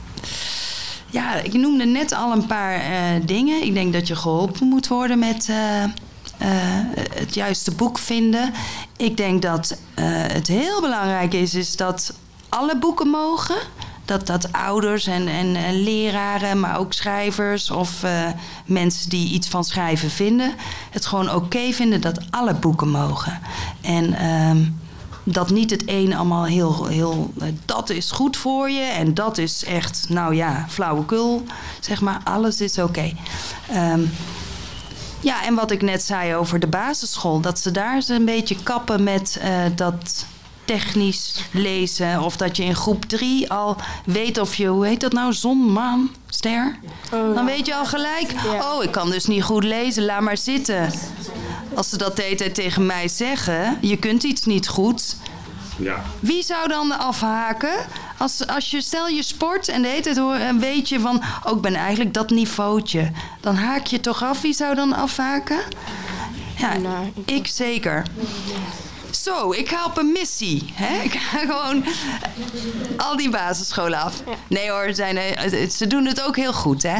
Ja, ik noemde net al een paar uh, dingen. Ik denk dat je geholpen moet worden met... Uh, Uh, het juiste boek vinden. Ik denk dat uh, het heel belangrijk is, is dat alle boeken mogen. Dat, dat ouders en, en, en leraren, maar ook schrijvers of uh, mensen die iets van schrijven vinden, het gewoon oké vinden dat alle boeken mogen. En um, dat niet het een allemaal heel, heel, uh, dat is goed voor je en dat is echt, nou ja, flauwekul, zeg maar. Alles is oké. Um, ja, en wat ik net zei over de basisschool, dat ze daar eens een beetje kappen met uh, dat technisch lezen. Of dat je in groep drie al weet of je, hoe heet dat nou, zon, maan, ster? Oh, ja. Dan weet je al gelijk, ja. Oh, ik kan dus niet goed lezen, laat maar zitten. Als ze dat de hele tijd tegen mij zeggen, je kunt iets niet goed. Ja. Wie zou dan afhaken? Als, als je, stel je sport en de hele tijd hoor, een beetje van, oh, ik ben eigenlijk dat niveautje. Dan haak je toch af. Wie zou dan afhaken? Ja, ik zeker. Zo, ik ga op een missie. Hè? Ik ga gewoon al die basisscholen af. Nee hoor, zijn, ze doen het ook heel goed, hè?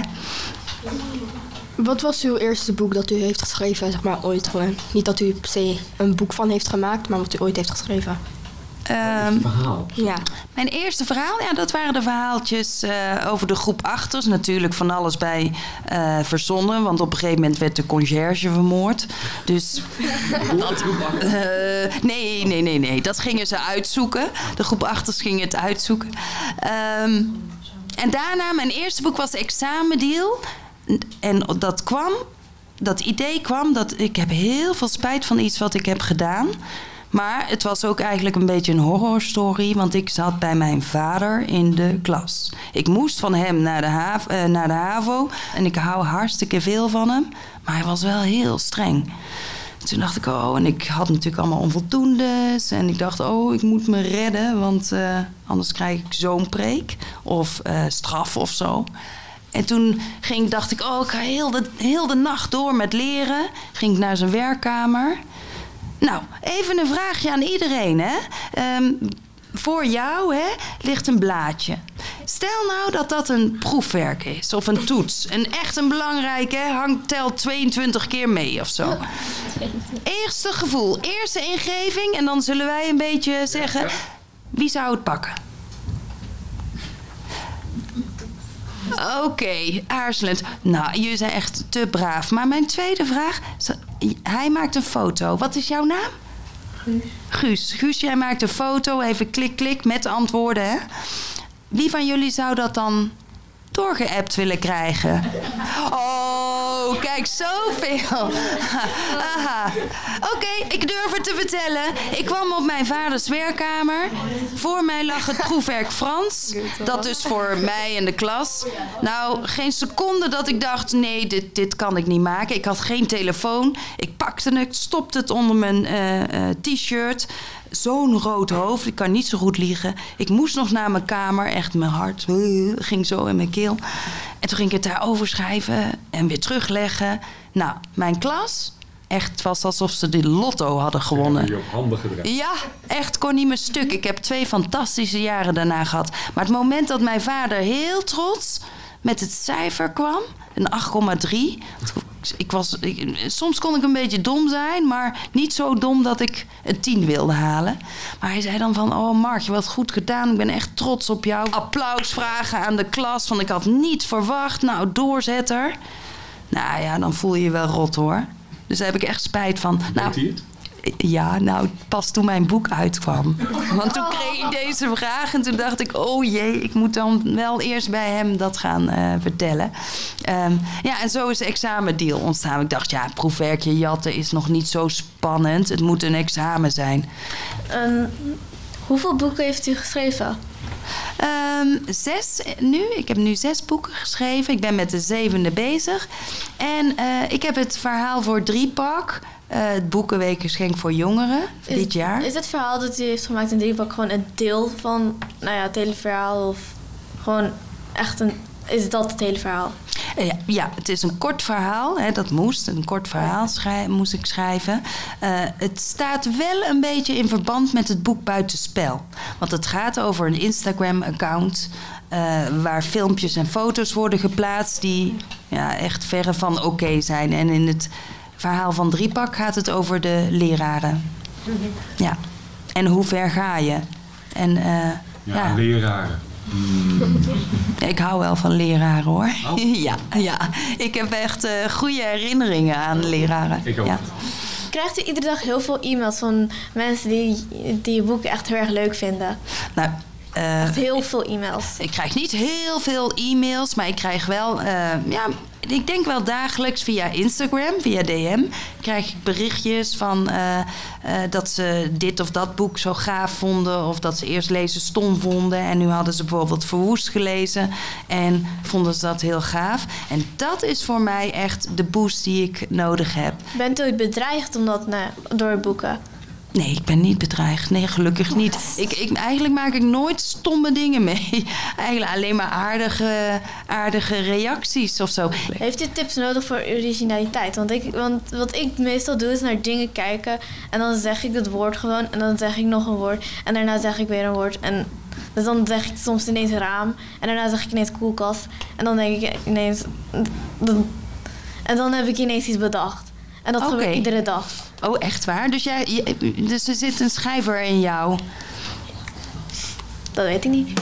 Wat was uw eerste boek dat u heeft geschreven, zeg maar, ooit gewoon? Niet dat u per se een boek van heeft gemaakt, maar wat u ooit heeft geschreven. Um, verhaal. Ja. Mijn eerste verhaal, ja, dat waren de verhaaltjes uh, over de groep achters. Natuurlijk van alles bij uh, verzonnen, want op een gegeven moment werd de conciërge vermoord. Dus dat, uh, nee, nee, nee, nee, dat gingen ze uitzoeken. De groep achters gingen het uitzoeken. Um, en daarna, mijn eerste boek was Examendeal. En dat kwam, dat idee kwam, dat ik heb heel veel spijt van iets wat ik heb gedaan. Maar het was ook eigenlijk een beetje een horrorstory, want ik zat bij mijn vader in de klas. Ik moest van hem naar de, hav- uh, naar de HAVO en ik hou hartstikke veel van hem, maar hij was wel heel streng. Toen dacht ik, oh, en ik had natuurlijk allemaal onvoldoendes en ik dacht, oh, ik moet me redden, want uh, anders krijg ik zo'n preek of uh, straf of zo. En toen ging, dacht ik, oh, ik ga heel de, heel de nacht door met leren. Ging ik naar zijn werkkamer. Nou, even een vraagje aan iedereen, hè. Um, voor jou, hè, ligt een blaadje. Stel nou dat dat een proefwerk is of een toets. En echt een belangrijke, hè, hangt, telt tweeëntwintig keer mee of zo. Eerste gevoel, eerste ingeving en dan zullen wij een beetje zeggen, wie zou het pakken? Oké, okay, aarzelend. Nou, jullie zijn echt te braaf. Maar mijn tweede vraag, hij maakt een foto. Wat is jouw naam? Guus. Guus, Guus, jij maakt een foto, even klik, klik, met antwoorden, hè? Wie van jullie zou dat dan doorgeappt willen krijgen? Oh, kijk, zoveel. Aha. Oké, okay, ik durf het te vertellen. Ik kwam op mijn vaders werkkamer. Voor mij lag het proefwerk Frans. Dat dus voor mij en de klas. Nou, geen seconde dat ik dacht, nee, dit, dit kan ik niet maken. Ik had geen telefoon. Ik pakte het, stopte het onder mijn uh, uh, t-shirt. Zo'n rood hoofd, ik kan niet zo goed liegen. Ik moest nog naar mijn kamer, echt mijn hart uh, ging zo in mijn keel. En toen ging ik het daarover schrijven en weer terugleggen. Nou, mijn klas, echt, het was alsof ze de lotto hadden gewonnen. Je op handen gedraaid. Ja, echt, kon niet meer stuk. Ik heb twee fantastische jaren daarna gehad. Maar het moment dat mijn vader heel trots met het cijfer kwam, een acht komma drie... Ik was, ik, soms kon ik een beetje dom zijn, maar niet zo dom dat ik een tien wilde halen. Maar hij zei dan van, oh Mark, je wat goed gedaan. Ik ben echt trots op jou. Applaus vragen aan de klas, van ik had niet verwacht. Nou, doorzetter. Nou ja, dan voel je je wel rot hoor. Dus daar heb ik echt spijt van. Weet nou, hij het? Ja, nou, pas toen mijn boek uitkwam. Want toen kreeg ik deze vraag en toen dacht ik, oh jee, ik moet dan wel eerst bij hem dat gaan uh, vertellen. Um, ja, en zo is de examendeal ontstaan. Ik dacht, ja, proefwerkje jatten is nog niet zo spannend. Het moet een examen zijn. Um, hoeveel boeken heeft u geschreven? Um, zes nu. Ik heb nu zes boeken geschreven. Ik ben met de zevende bezig. En uh, ik heb het verhaal voor Driepak. Uh, het Boekenweekgeschenk voor jongeren is, dit jaar. Is het verhaal dat u heeft gemaakt in Driepak gewoon een deel van, nou ja, het hele verhaal? Of gewoon echt een... Is dat het hele verhaal? Uh, ja, ja, het is een kort verhaal. Hè, dat moest. Een kort verhaal schrij- moest ik schrijven. Uh, het staat wel een beetje in verband met het boek Buitenspel. Want het gaat over een Instagram-account Uh, waar filmpjes en foto's worden geplaatst die ja, echt verre van oké okay zijn. En in het verhaal van Driepak gaat het over de leraren. Ja. En hoe ver ga je? En, uh, ja, ja, leraren. Ik hou wel van leraren, hoor. Oh. ja, ja, ik heb echt uh, goede herinneringen aan leraren. Ik ook. Ja. Krijgt u iedere dag heel veel e-mails van mensen die, die je boeken echt heel erg leuk vinden? Nou, uh, echt heel veel e-mails. Ik krijg niet heel veel e-mails, maar ik krijg wel... Uh, ja, ik denk wel dagelijks via Instagram, via D M... krijg ik berichtjes van uh, uh, dat ze dit of dat boek zo gaaf vonden... of dat ze eerst lezen stom vonden... en nu hadden ze bijvoorbeeld Verwoest gelezen... en vonden ze dat heel gaaf. En dat is voor mij echt de boost die ik nodig heb. Bent u ooit bedreigd om dat, nou, door boeken? Nee, ik ben niet bedreigd. Nee, gelukkig niet. Ik, ik, eigenlijk maak ik nooit stomme dingen mee. Eigenlijk alleen maar aardige, aardige reacties of zo. Heeft u tips nodig voor originaliteit? Want, ik, want wat ik meestal doe is naar dingen kijken... en dan zeg ik het woord gewoon en dan zeg ik nog een woord... en daarna zeg ik weer een woord. En dus dan zeg ik soms ineens raam en daarna zeg ik ineens koelkast... en dan denk ik ineens... en dan heb ik ineens iets bedacht. En dat okay. gebeurt iedere dag. Oh, echt waar? Dus, jij, je, dus er zit een schrijver in jou? Dat weet ik niet.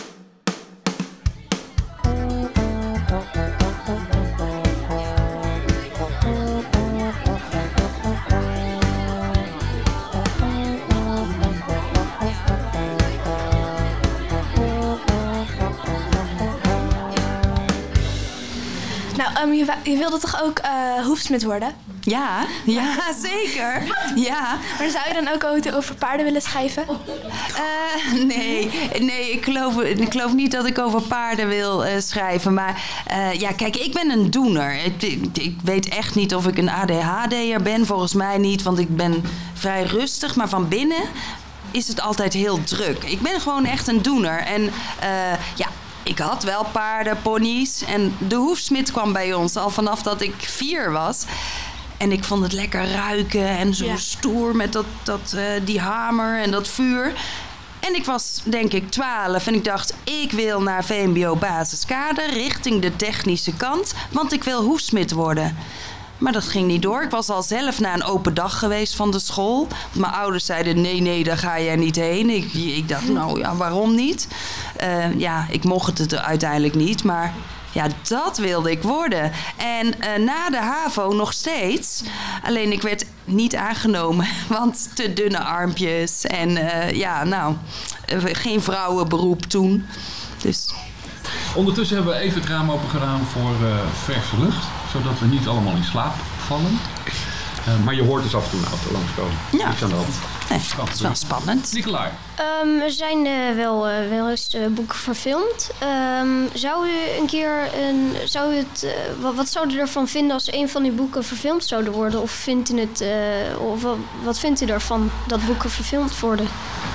Nou, um, je, je wilde toch ook uh, hoefsmid worden? Ja, ja, zeker. Ja. Maar zou je dan ook ooit over paarden willen schrijven? Uh, nee, nee ik, geloof, ik geloof niet dat ik over paarden wil uh, schrijven. Maar uh, ja, kijk, ik ben een doener. Ik, ik, ik weet echt niet of ik een A D H D'er ben. Volgens mij niet, want ik ben vrij rustig. Maar van binnen is het altijd heel druk. Ik ben gewoon echt een doener. En uh, ja... Ik had wel paarden, ponies. En de hoefsmid kwam bij ons al vanaf dat ik vier was. En ik vond het lekker ruiken en zo ja. stoer met dat, dat, uh, die hamer en dat vuur. En ik was denk ik twaalf en ik dacht... ik wil naar V M B O basiskader richting de technische kant... want ik wil hoefsmid worden. Maar dat ging niet door. Ik was al zelf naar een open dag geweest van de school. Mijn ouders zeiden, nee, nee, daar ga jij niet heen. Ik, ik dacht, nou ja, waarom niet? Uh, ja, ik mocht het uiteindelijk niet, maar ja, dat wilde ik worden. En uh, na de HAVO nog steeds. Alleen ik werd niet aangenomen, want te dunne armpjes. En uh, ja, nou, uh, geen vrouwenberoep toen. Dus... Ondertussen hebben we even het raam open gedaan voor uh, verse lucht. Zodat we niet allemaal in slaap vallen. Uh, maar je hoort dus af en toe een auto langskomen. Ja, Niks aan de hand. Nee, dat is wel spannend. Nicolai. Um, er zijn uh, wel, uh, wel eens uh, boeken verfilmd. Um, zou u een keer... Een, zou u het, uh, wat, wat zou u ervan vinden als een van die boeken verfilmd zouden worden? Of vindt u het... Uh, of wat, wat vindt u ervan dat boeken verfilmd worden?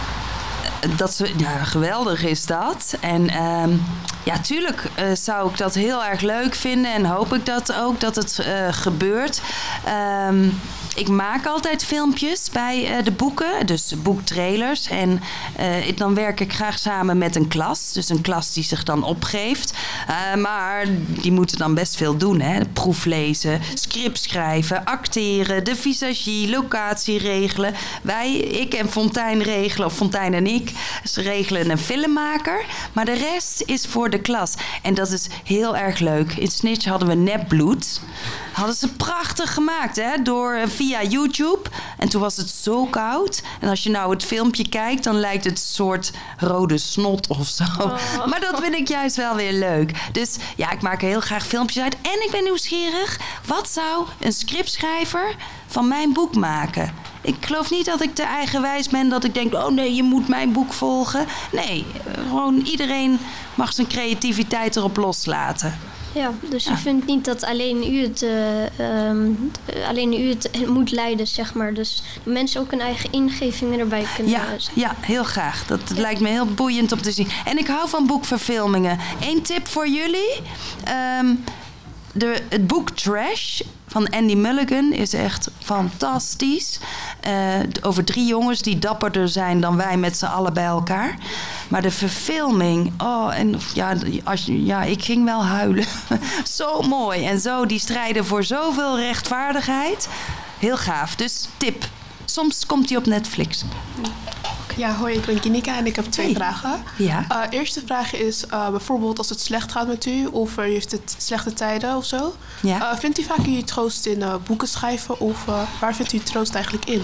Dat ze, ja, geweldig is dat. En um, ja, tuurlijk uh, zou ik dat heel erg leuk vinden. En hoop ik dat ook, dat het uh, gebeurt. Um, ik maak altijd filmpjes bij uh, de boeken. Dus boektrailers. En uh, dan werk ik graag samen met een klas. Dus een klas die zich dan opgeeft. Uh, maar die moeten dan best veel doen. Hè? Proeflezen, script schrijven, acteren, de visagie, locatie regelen. Wij, ik en Fontijn regelen, of Fontijn en ik... Ze regelen een filmmaker, maar de rest is voor de klas. En dat is heel erg leuk. In Snitch hadden we nepbloed. Hadden ze prachtig gemaakt, hè? Door, via YouTube. En toen was het zo koud. En als je nou het filmpje kijkt, dan lijkt het een soort rode snot of zo. Oh. Maar dat vind ik juist wel weer leuk. Dus ja, ik maak er heel graag filmpjes uit. En ik ben nieuwsgierig. Wat zou een scriptschrijver van mijn boek maken? Ik geloof niet dat ik te eigenwijs ben dat ik denk... oh nee, je moet mijn boek volgen. Nee, gewoon iedereen mag zijn creativiteit erop loslaten. Ja, dus ja. u vindt niet dat alleen u het, uh, um, alleen u het moet leiden, zeg maar. Dus de mensen ook hun eigen ingevingen erbij kunnen ja, ja, heel graag. Dat, dat ja. lijkt me heel boeiend om te zien. En ik hou van boekverfilmingen. Eén tip voor jullie. Um, de, het boek Trash van Andy Mulligan is echt fantastisch. Uh, over drie jongens die dapperder zijn dan wij met z'n allen bij elkaar. Maar de verfilming, oh, en ja, als, ja ik ging wel huilen. Zo mooi. En zo, die strijden voor zoveel rechtvaardigheid. Heel gaaf. Dus tip. Soms komt die op Netflix. Okay. Ja, hoi, ik ben Kinika en ik heb twee Hey. vragen. Ja. Uh, eerste vraag is uh, bijvoorbeeld als het slecht gaat met u of uh, u heeft het slechte tijden of zo. Ja. Uh, vindt u vaak uw troost in uh, boeken schrijven of uh, waar vindt u troost eigenlijk in?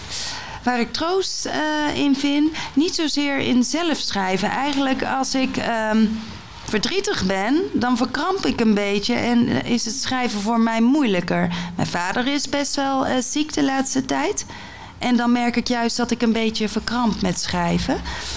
Waar ik troost uh, in vind, niet zozeer in zelf schrijven. Eigenlijk als ik um, verdrietig ben, dan verkramp ik een beetje en uh, is het schrijven voor mij moeilijker. Mijn vader is best wel uh, ziek de laatste tijd. En dan merk ik juist dat ik een beetje verkramp met schrijven.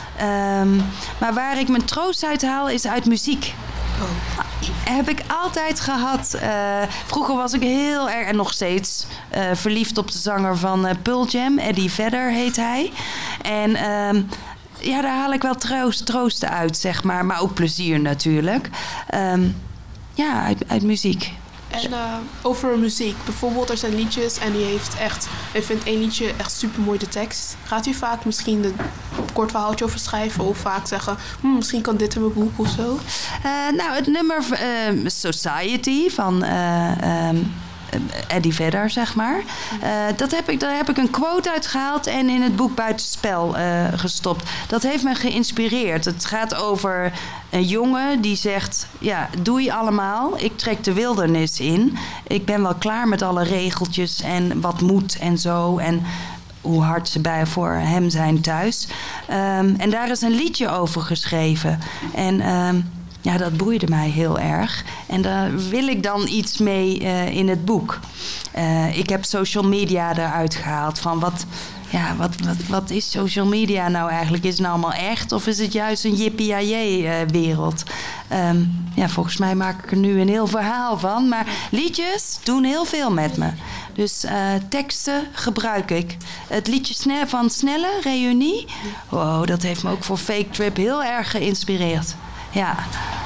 Um, maar waar ik mijn troost uit haal, is uit muziek. Oh. Heb ik altijd gehad. Uh, vroeger was ik heel erg, en nog steeds, uh, verliefd op de zanger van uh, Pearl Jam. Eddie Vedder heet hij. En um, ja, daar haal ik wel troost, troosten uit, zeg maar. Maar ook plezier natuurlijk. Um, ja, uit, uit muziek. En uh, over muziek, bijvoorbeeld er zijn liedjes en die heeft echt, u vindt één liedje echt super mooi de tekst. Gaat u vaak misschien een kort verhaaltje over schrijven of vaak zeggen, hm, misschien kan dit in mijn boek of zo? Uh, nou, het nummer uh, Society van Uh, um Eddie Vedder, zeg maar. Uh, dat heb ik, daar heb ik een quote uit gehaald en in het boek Buitenspel uh, gestopt. Dat heeft me geïnspireerd. Het gaat over een jongen die zegt, ja, doei allemaal. Ik trek de wildernis in. Ik ben wel klaar met alle regeltjes en wat moet en zo. En hoe hard ze bij voor hem zijn thuis. Um, en daar is een liedje over geschreven. En Um, ja, dat boeide mij heel erg. En daar wil ik dan iets mee uh, in het boek. Uh, ik heb social media eruit gehaald. Van wat, ja, wat, wat, wat is social media nou eigenlijk? Is het nou allemaal echt? Of is het juist een jippie-jee-wereld? Um, ja, volgens mij maak ik er nu een heel verhaal van. Maar liedjes doen heel veel met me. Dus uh, teksten gebruik ik. Het liedje Sne- van Snelle, Reunie. Wow, dat heeft me ook voor Fake Trip heel erg geïnspireerd. Ja.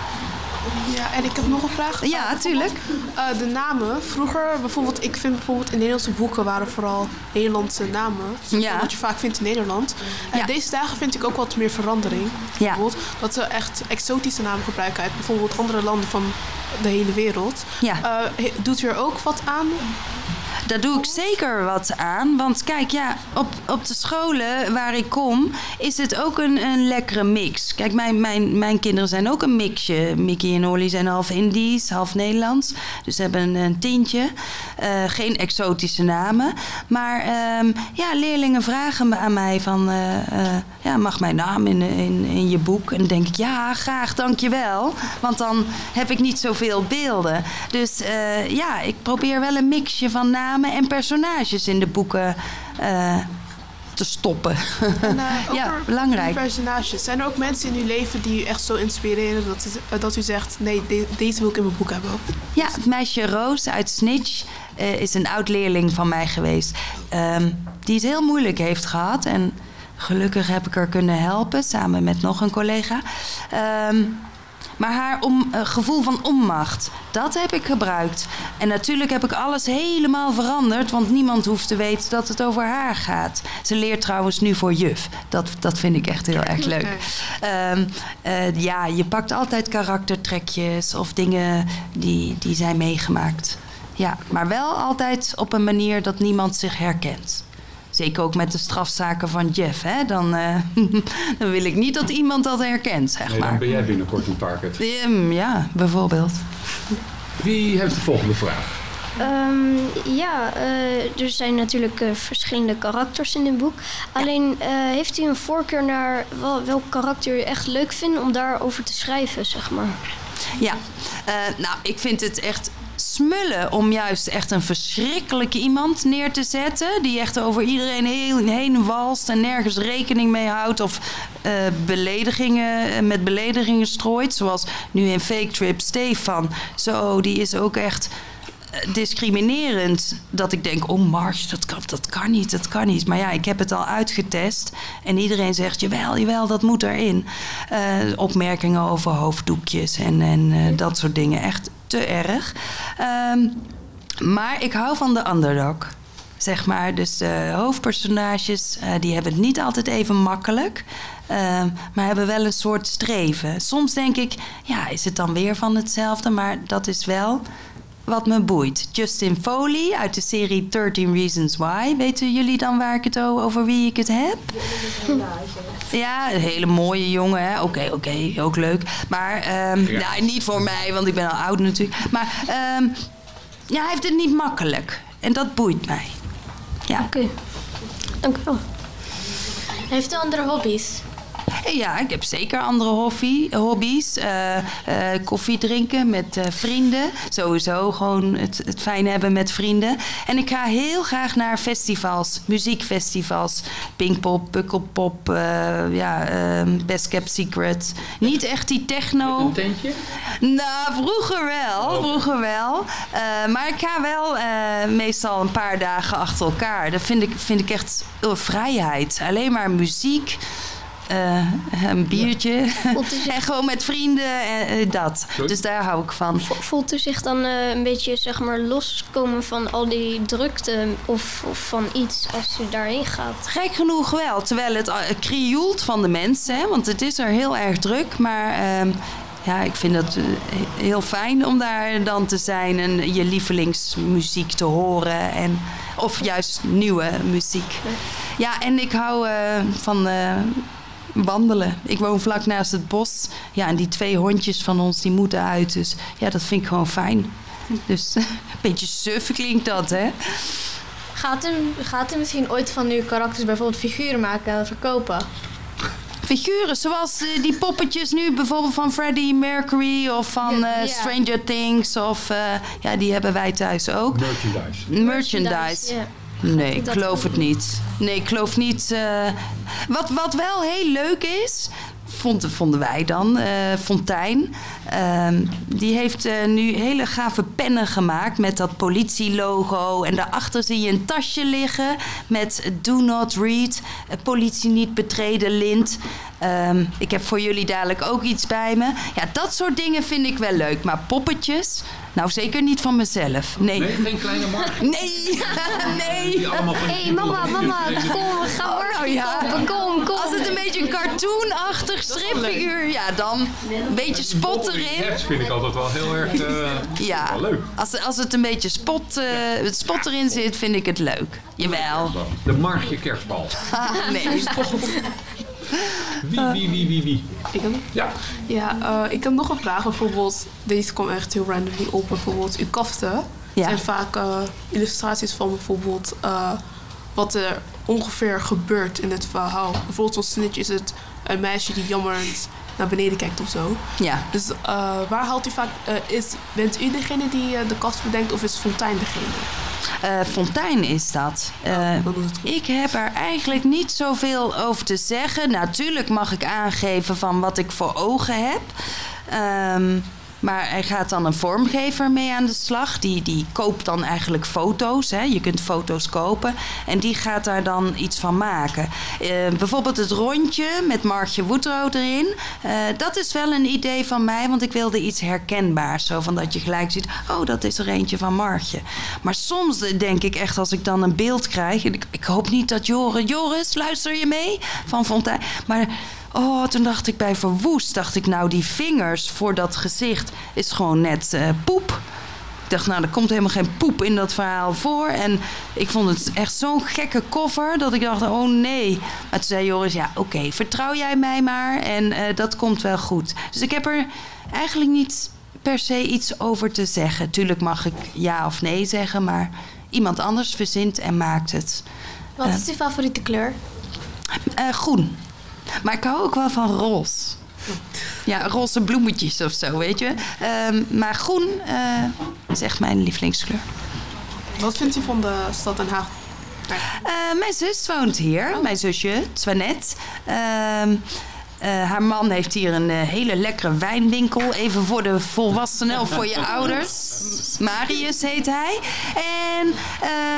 Ja, en ik heb nog een vraag. Ja, tuurlijk. Uh, de namen. Vroeger, bijvoorbeeld, ik vind bijvoorbeeld in Nederlandse boeken waren vooral Nederlandse namen. Ja. Wat je vaak vindt in Nederland. En ja. deze dagen vind ik ook wat meer verandering. Ja. Bijvoorbeeld dat ze echt exotische namen gebruiken uit bijvoorbeeld andere landen van de hele wereld. Ja. Uh, doet u er ook wat aan? Daar doe ik zeker wat aan. Want kijk, ja, op, op de scholen waar ik kom is het ook een, een lekkere mix. Kijk, mijn, mijn, mijn kinderen zijn ook een mixje. Mickey en Ollie zijn half Indisch, half Nederlands. Dus ze hebben een, een tintje. Uh, geen exotische namen. Maar um, ja, leerlingen vragen aan mij van Uh, uh, ja, mag mijn naam in, in, in je boek? En dan denk ik, ja, graag, dankjewel. Want dan heb ik niet zoveel beelden. Dus uh, ja, ik probeer wel een mixje van namen en personages in de boeken uh, te stoppen. En, uh, ja, belangrijk. Personages. Zijn er ook mensen in uw leven die u echt zo inspireren dat u, uh, dat u zegt, nee, de, deze wil ik in mijn boek hebben? Ja, het meisje Roos uit Snitch uh, is een oud-leerling van mij geweest. Um, die het heel moeilijk heeft gehad. En gelukkig heb ik haar kunnen helpen, samen met nog een collega. Um, Maar haar om, uh, gevoel van onmacht, dat heb ik gebruikt. En natuurlijk heb ik alles helemaal veranderd, want niemand hoeft te weten dat het over haar gaat. Ze leert trouwens nu voor juf. Dat, dat vind ik echt heel erg leuk. Um, uh, ja, je pakt altijd karaktertrekjes of dingen die, die zijn meegemaakt. Ja, maar wel altijd op een manier dat niemand zich herkent. Zeker ook met de strafzaken van Jeff. Hè? Dan, uh, dan wil ik niet dat iemand dat herkent, zeg nee, maar. Dan ben jij binnenkort een target. Um, ja, bijvoorbeeld. Wie heeft de volgende vraag? Um, ja, uh, er zijn natuurlijk uh, verschillende karakters in dit boek. Alleen, uh, heeft u een voorkeur naar wel, welk karakter u echt leuk vindt om daarover te schrijven, zeg maar? Ja, uh, nou, ik vind het echt smullen om juist echt een verschrikkelijke iemand neer te zetten. Die echt over iedereen heen, heen walst en nergens rekening mee houdt. Of uh, beledigingen, met beledigingen strooit. Zoals nu in Fake Trip Stefan. Zo, die is ook echt discriminerend. Dat ik denk, oh Mars, dat kan, dat kan niet, dat kan niet. Maar ja, ik heb het al uitgetest. En iedereen zegt, jawel, jawel, dat moet erin. Uh, opmerkingen over hoofddoekjes en, en uh, dat soort dingen. Echt te erg. Um, maar ik hou van de underdog. Zeg maar, dus de hoofdpersonages, uh, die hebben het niet altijd even makkelijk. Uh, maar hebben wel een soort streven. Soms denk ik, ja, is het dan weer van hetzelfde? Maar dat is wel wat me boeit. Justin Foley uit de serie dertien Reasons Why. Weten jullie dan waar ik het over wie ik het heb? Ja, een hele mooie jongen. Oké, oké, okay, okay, ook leuk. Maar um, ja. nou, niet voor mij, want ik ben al oud natuurlijk. Maar um, ja, hij heeft het niet makkelijk. En dat boeit mij. Ja. Oké, okay. Dank u wel. Heeft u andere hobby's? Ja, ik heb zeker andere hobby, hobby's. Uh, uh, koffie drinken met uh, vrienden. Sowieso gewoon het, het fijn hebben met vrienden. En ik ga heel graag naar festivals, muziekfestivals. Pinkpop, Pukkelpop, uh, ja, uh, Best Kept Secret. Niet echt die techno. Een tentje? Nou, vroeger wel. Vroeger wel. Uh, maar ik ga wel uh, meestal een paar dagen achter elkaar. Dat vind ik, vind ik echt uh, vrijheid. Alleen maar muziek. Uh, een biertje. En gewoon met vrienden en uh, dat. Sorry? Dus daar hou ik van. Voelt u zich dan uh, een beetje zeg maar loskomen van al die drukte of, of van iets als u daarheen gaat? Gek genoeg wel. Terwijl het uh, krioelt van de mensen. Hè, want het is er heel erg druk. Maar uh, ja, ik vind het uh, heel fijn om daar dan te zijn. En je lievelingsmuziek te horen. En, of juist nieuwe muziek. Ja, en ik hou uh, van... Uh, wandelen. Ik woon vlak naast het bos. Ja, en die twee hondjes van ons, die moeten uit. Dus ja, dat vind ik gewoon fijn. Dus een beetje suf klinkt dat, hè? Gaat u, gaat u misschien ooit van uw karakters bijvoorbeeld figuren maken en verkopen? Figuren, zoals uh, die poppetjes nu bijvoorbeeld van Freddie Mercury of van uh, ja. Stranger Things. Of, uh, ja, die hebben wij thuis ook. Merchandise. Merchandise. Ja. Nee, ik geloof het niet. Nee, ik geloof niet. Uh, wat, wat wel heel leuk is, vond, vonden wij dan, uh, Fontijn. Uh, die heeft uh, nu hele gave pennen gemaakt met dat politielogo. En daarachter zie je een tasje liggen met Do Not Read, politie niet betreden lint. Um, ik heb voor jullie dadelijk ook iets bij me. Ja, dat soort dingen vind ik wel leuk. Maar poppetjes, nou zeker niet van mezelf. Nee, nee geen kleine markt? Nee, nee. Hé hey, mama, mama, kom, we gaan oh, nou ja. kopen. Kom, kom. Als het een beetje een cartoonachtig stripfiguur, ja dan een beetje spot erin. Dat vind ik altijd wel heel erg uh, ja. wel leuk. Als, als het een beetje spot, uh, het spot erin zit, vind ik het leuk. Jawel. De Margje kerstbal. Ah, nee. Wie, wie, wie, wie, wie? Ik heb, ja. Ja, uh, ik heb nog een vraag. Bijvoorbeeld, deze komt echt heel randomly op. Bijvoorbeeld, uw kaften ja. zijn vaak uh, illustraties van bijvoorbeeld uh, wat er ongeveer gebeurt in het verhaal. Bijvoorbeeld zo'n snitch is het een meisje die jammerend naar beneden kijkt of zo. Ja. Dus uh, waar haalt u vaak... Uh, is, bent u degene die uh, de kast bedenkt of is Fontijn degene? Uh, Fontijn is dat. Uh, oh, ik heb er eigenlijk niet zoveel over te zeggen. Natuurlijk mag ik aangeven van wat ik voor ogen heb. Um, maar er gaat dan een vormgever mee aan de slag. Die, die koopt dan eigenlijk foto's. Hè. Je kunt foto's kopen. En die gaat daar dan iets van maken. Uh, bijvoorbeeld het rondje met Margje Woodrow erin. Uh, dat is wel een idee van mij. Want ik wilde iets herkenbaars. Zo van dat je gelijk ziet. Oh, dat is er eentje van Margje. Maar soms denk ik echt als ik dan een beeld krijg. En ik, ik hoop niet dat Joris... Joris, luister je mee? Van Fontijn. Maar... Oh, toen dacht ik bij Verwoest, dacht ik nou die vingers voor dat gezicht is gewoon net uh, poep. Ik dacht nou, er komt helemaal geen poep in dat verhaal voor. En ik vond het echt zo'n gekke cover dat ik dacht, oh nee. Maar toen zei Joris, ja oké, okay, vertrouw jij mij maar en uh, dat komt wel goed. Dus ik heb er eigenlijk niet per se iets over te zeggen. Tuurlijk mag ik ja of nee zeggen, maar iemand anders verzint en maakt het. Wat is uw favoriete kleur? Uh, groen. Maar ik hou ook wel van roze. Ja, roze bloemetjes of zo, weet je. Um, maar groen uh, is echt mijn lievelingskleur. Wat vindt u van de stad Den Haag? Uh, mijn zus woont hier, oh. Mijn zusje, Twanette. Uh, Uh, haar man heeft hier een uh, hele lekkere wijnwinkel. Even voor de volwassenen of voor je ouders. Marius heet hij. En... Um,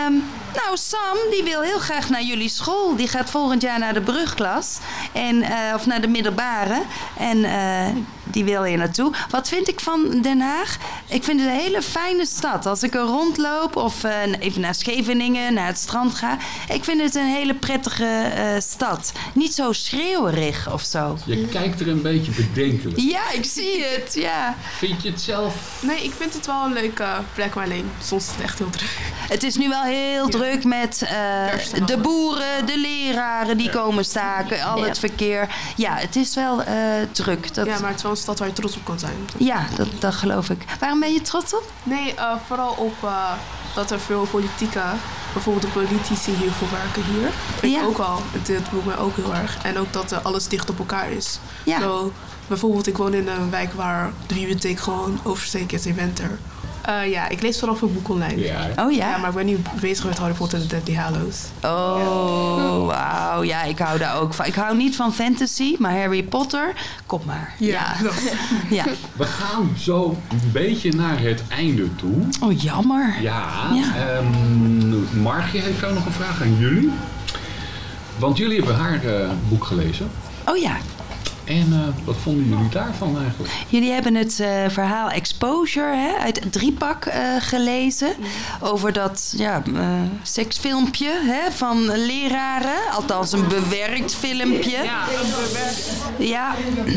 Nou, Sam, die wil heel graag naar jullie school. Die gaat volgend jaar naar de brugklas. En, uh, of naar de middelbare. En uh, die wil hier naartoe. Wat vind ik van Den Haag? Ik vind het een hele fijne stad. Als ik er rondloop of uh, even naar Scheveningen, naar het strand ga. Ik vind het een hele prettige uh, stad. Niet zo schreeuwerig of zo. Je kijkt er een beetje bedenkelijk. Ja, ik zie het, ja. Vind je het zelf? Nee, ik vind het wel een leuke plek, maar alleen soms is het echt heel druk. Het is nu wel heel ja. druk met uh, de boeren, de leraren die komen staken, al het verkeer. Ja, het is wel uh, druk. Dat... Ja, maar het is wel een stad waar je trots op kan zijn. Ja, dat, dat geloof ik. Waarom ben je trots op? Nee, uh, vooral op uh, dat er veel politieke, bijvoorbeeld de politici heel veel werken hier. Vind ja. ik ook wel. Het boeit mij ook heel erg. En ook dat uh, alles dicht op elkaar is. Ja. Zo, bijvoorbeeld, ik woon in een wijk waar de bibliotheek gewoon oversteekt is. Je bent er. Uh, ja, ik lees vooral veel boeken online. Ja. Oh ja? Ja, maar ik ben nu bezig met Harry Potter en de Deathly Hallows. Oh, wauw. Ja, ik hou daar ook van. Ik hou niet van fantasy, maar Harry Potter, kom maar. Ja. Ja. ja. We gaan zo een beetje naar het einde toe. Oh, jammer. Ja. ja. Um, Margie heeft ook nog een vraag aan jullie. Want jullie hebben haar uh, boek gelezen. Oh ja. En uh, wat vonden jullie daarvan eigenlijk? Jullie hebben het uh, verhaal Exposure hè, uit het driepak uh, gelezen. Over dat ja, uh, seksfilmpje hè, van leraren. Althans een bewerkt filmpje. Ja, een bewerkt. Ja.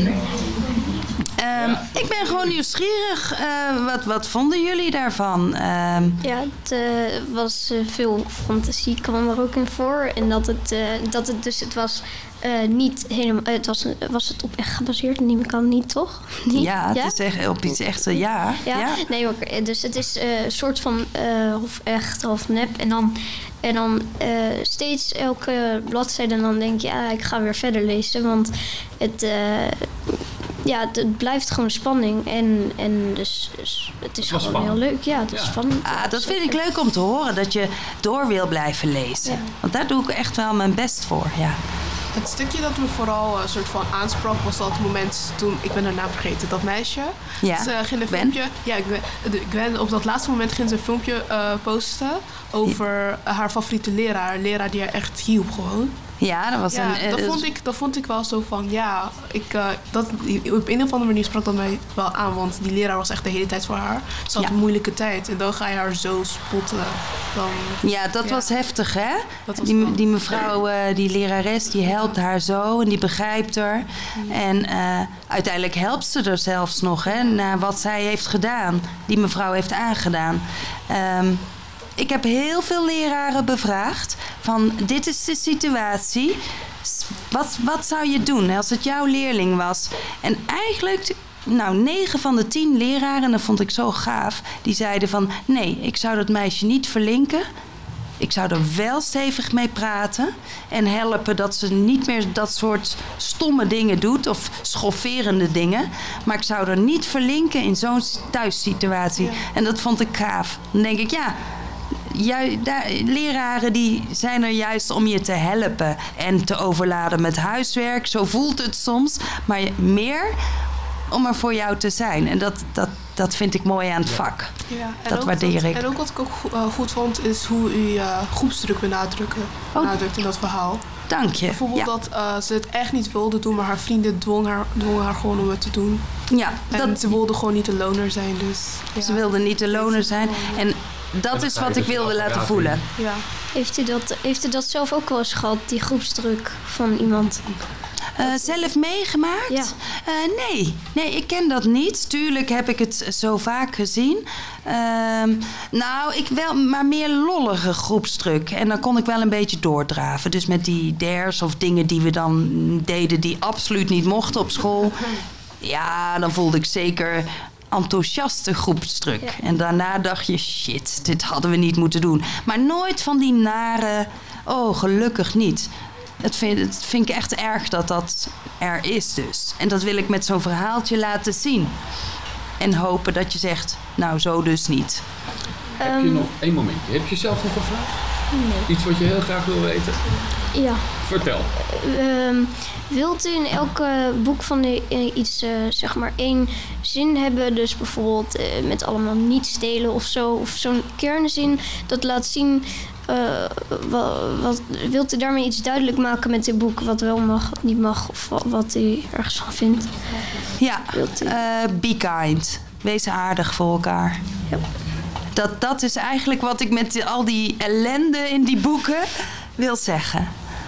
Um, ja. Ik ben gewoon nieuwsgierig. Uh, wat, wat vonden jullie daarvan? Um, ja, het uh, was uh, veel fantasie kwam er ook in voor. En dat het, uh, dat het dus, het was uh, niet helemaal, uh, het was, was het op echt gebaseerd? Neem ik aan niet, toch? Niet? Ja, het ja? is echt op iets echt, uh, ja. ja. Ja, nee, ook, dus het is een uh, soort van uh, half echt, half nep. En dan... En dan uh, steeds elke bladzijde, en dan denk je, ja, ik ga weer verder lezen. Want het, uh, ja, het, het blijft gewoon spanning. En, en dus, dus het is het gewoon spannend. Heel leuk. Ja, het is ja. spannend. Ah, dat vind ik leuk om te horen, dat je door wil blijven lezen. Ja. Want daar doe ik echt wel mijn best voor, ja. Het stukje dat me vooral een uh, soort van aansprak was dat moment toen, ik ben haar naam vergeten, dat meisje. Ja, ze ging een filmpje, ja, Gwen, op dat laatste moment ging ze een filmpje uh, posten over ja. haar favoriete leraar. Een leraar die haar echt hielp gewoon. Ja, dat was ja, een... Uh, dat, vond ik, dat vond ik wel zo van, ja, ik, uh, dat, op een of andere manier sprak dat mij wel aan. Want die leraar was echt de hele tijd voor haar. Ze had ja. een moeilijke tijd. En dan ga je haar zo spotten. Dan, ja, dat ja. was heftig, hè? Dat was die, die mevrouw, uh, die lerares, die helpt haar zo en die begrijpt haar. Mm. En uh, uiteindelijk helpt ze er zelfs nog, hè? Naar wat zij heeft gedaan. Die mevrouw heeft aangedaan. Um, Ik heb heel veel leraren bevraagd van dit is de situatie. Wat, wat zou je doen als het jouw leerling was? En eigenlijk, nou, negen van de tien leraren, en dat vond ik zo gaaf, die zeiden van nee, ik zou dat meisje niet verlinken. Ik zou er wel stevig mee praten en helpen dat ze niet meer dat soort stomme dingen doet of schofferende dingen. Maar ik zou er niet verlinken in zo'n thuissituatie. Ja. En dat vond ik gaaf. Dan denk ik, ja... Ju, daar, leraren die zijn er juist om je te helpen en te overladen met huiswerk. Zo voelt het soms. Maar meer om er voor jou te zijn. En dat, dat, dat vind ik mooi aan het vak. Ja, dat waardeer dat, ik. En ook wat ik ook uh, goed vond is hoe u uh, groepsdruk benadrukken, oh. benadrukt in dat verhaal. Dank je. Bijvoorbeeld ja. dat uh, ze het echt niet wilde doen, maar haar vrienden dwongen haar, dwongen haar gewoon om het te doen. Ja, en dat... ze wilde gewoon niet de loner zijn. Dus, ja. Ze wilde niet de loner zijn. En dat is wat ik wilde laten voelen. Ja. Heeft u, dat, heeft u dat zelf ook wel eens gehad, die groepsdruk van iemand? Uh, zelf meegemaakt? Ja. Uh, nee. nee, ik ken dat niet. Tuurlijk heb ik het zo vaak gezien. Uh, nou, ik wel, maar meer lollige groepsdruk. En dan kon ik wel een beetje doordraven. Dus met die dares of dingen die we dan deden die absoluut niet mochten op school. Ja, dan voelde ik zeker enthousiaste groepsdruk. Ja. En daarna dacht je, shit, dit hadden we niet moeten doen. Maar nooit van die nare, oh, gelukkig niet. Het vind, het vind ik echt erg dat dat er is dus. En dat wil ik met zo'n verhaaltje laten zien. En hopen dat je zegt, nou, zo dus niet. Um, Heb je nog één momentje? Heb je zelf nog een vraag? Nee. Iets wat je heel graag wil weten? Ja. Vertel. Um, wilt u in elke boek van de, uh, iets, uh, zeg maar, één zin hebben? Dus bijvoorbeeld uh, met allemaal niet stelen of zo. Of zo'n kernzin dat laat zien uh, wat, wat, wilt u daarmee iets duidelijk maken met dit boek? Wat wel mag, wat niet mag, of wat, wat u ergens van vindt? Ja, uh, be kind. Wees aardig voor elkaar. Ja. Dat, dat is eigenlijk wat ik met die, al die ellende in die boeken wil zeggen.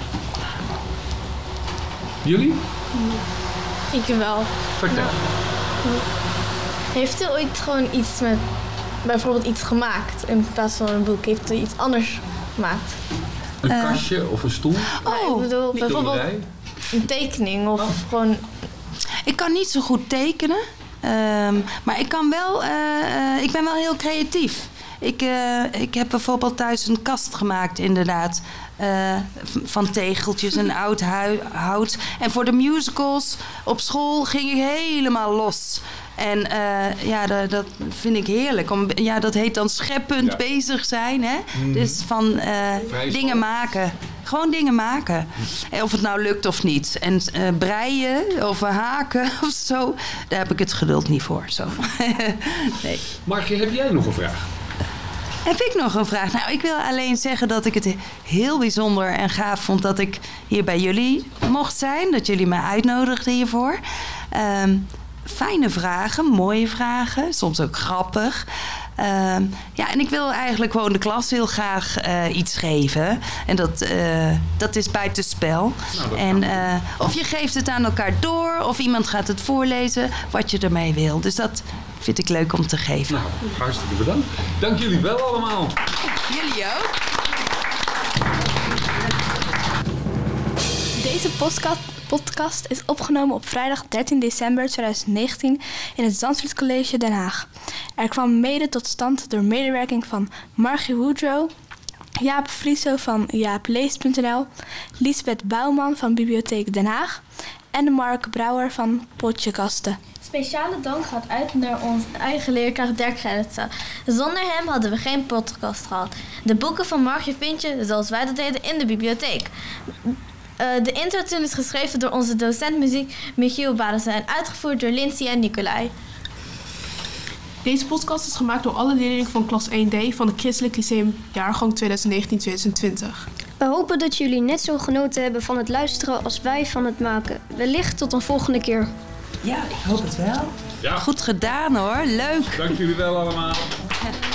Jullie? Ik wel. Vertel. Nou, heeft u ooit gewoon iets met, bijvoorbeeld iets gemaakt in plaats van een boek? Heeft u iets anders gemaakt? Een Uh, kastje of een stoel? Oh, ik bedoel, bijvoorbeeld Schilderij? een tekening of Oh. gewoon... ik kan niet zo goed tekenen. Um, maar ik kan wel, uh, uh, ik ben wel heel creatief. Ik, uh, ik heb bijvoorbeeld thuis een kast gemaakt, inderdaad. Uh, van tegeltjes en oud hui- hout. En voor de musicals op school ging ik helemaal los. En uh, ja, dat, dat vind ik heerlijk. Om, ja, dat heet dan scheppend Ja. bezig zijn. Hè? Mm-hmm. Dus van uh, Vrij dingen spel. maken. Gewoon dingen maken. En of het nou lukt of niet. En uh, breien of haken of zo. Daar heb ik het geduld niet voor. Zo. Nee. Margie, heb jij nog een vraag? Heb ik nog een vraag? Nou, ik wil alleen zeggen dat ik het heel bijzonder en gaaf vond dat ik hier bij jullie mocht zijn. Dat jullie me uitnodigden hiervoor. Um, fijne vragen, mooie vragen, soms ook grappig. Um, ja, en ik wil eigenlijk gewoon de klas heel graag uh, iets geven. En dat, uh, dat is buitenspel. Nou, dat en uh, of je geeft het aan elkaar door, of iemand gaat het voorlezen, wat je ermee wil. Dus dat vind ik leuk om te geven. Nou, hartstikke bedankt. Dank jullie wel allemaal. Jullie ook. Deze podcast, podcast is opgenomen op vrijdag dertien december tweeduizend negentien in het Zandvliet College Den Haag. Er kwam mede tot stand door medewerking van Margie Woodrow, Jaap Frieso van jaap leest punt n l, Lisbeth Bouwman van Bibliotheek Den Haag en Mark Brouwer van Potjekasten. Speciale dank gaat uit naar onze eigen leerkracht Dirk Gerritsen. Zonder hem hadden we geen podcast gehad. De boeken van Margie vind je, zoals wij dat deden, in de bibliotheek. Uh, de intro-tune is geschreven door onze docent muziek Michiel Barensen en uitgevoerd door Lindsay en Nicolai. Deze podcast is gemaakt door alle leerlingen van klas één D van het Christelijk Lyceum jaargang tweeduizend negentien tweeduizend twintig. We hopen dat jullie net zo genoten hebben van het luisteren als wij van het maken. Wellicht tot een volgende keer. Ja, ik hoop het wel. Ja. Goed gedaan hoor, leuk. Dank jullie wel allemaal.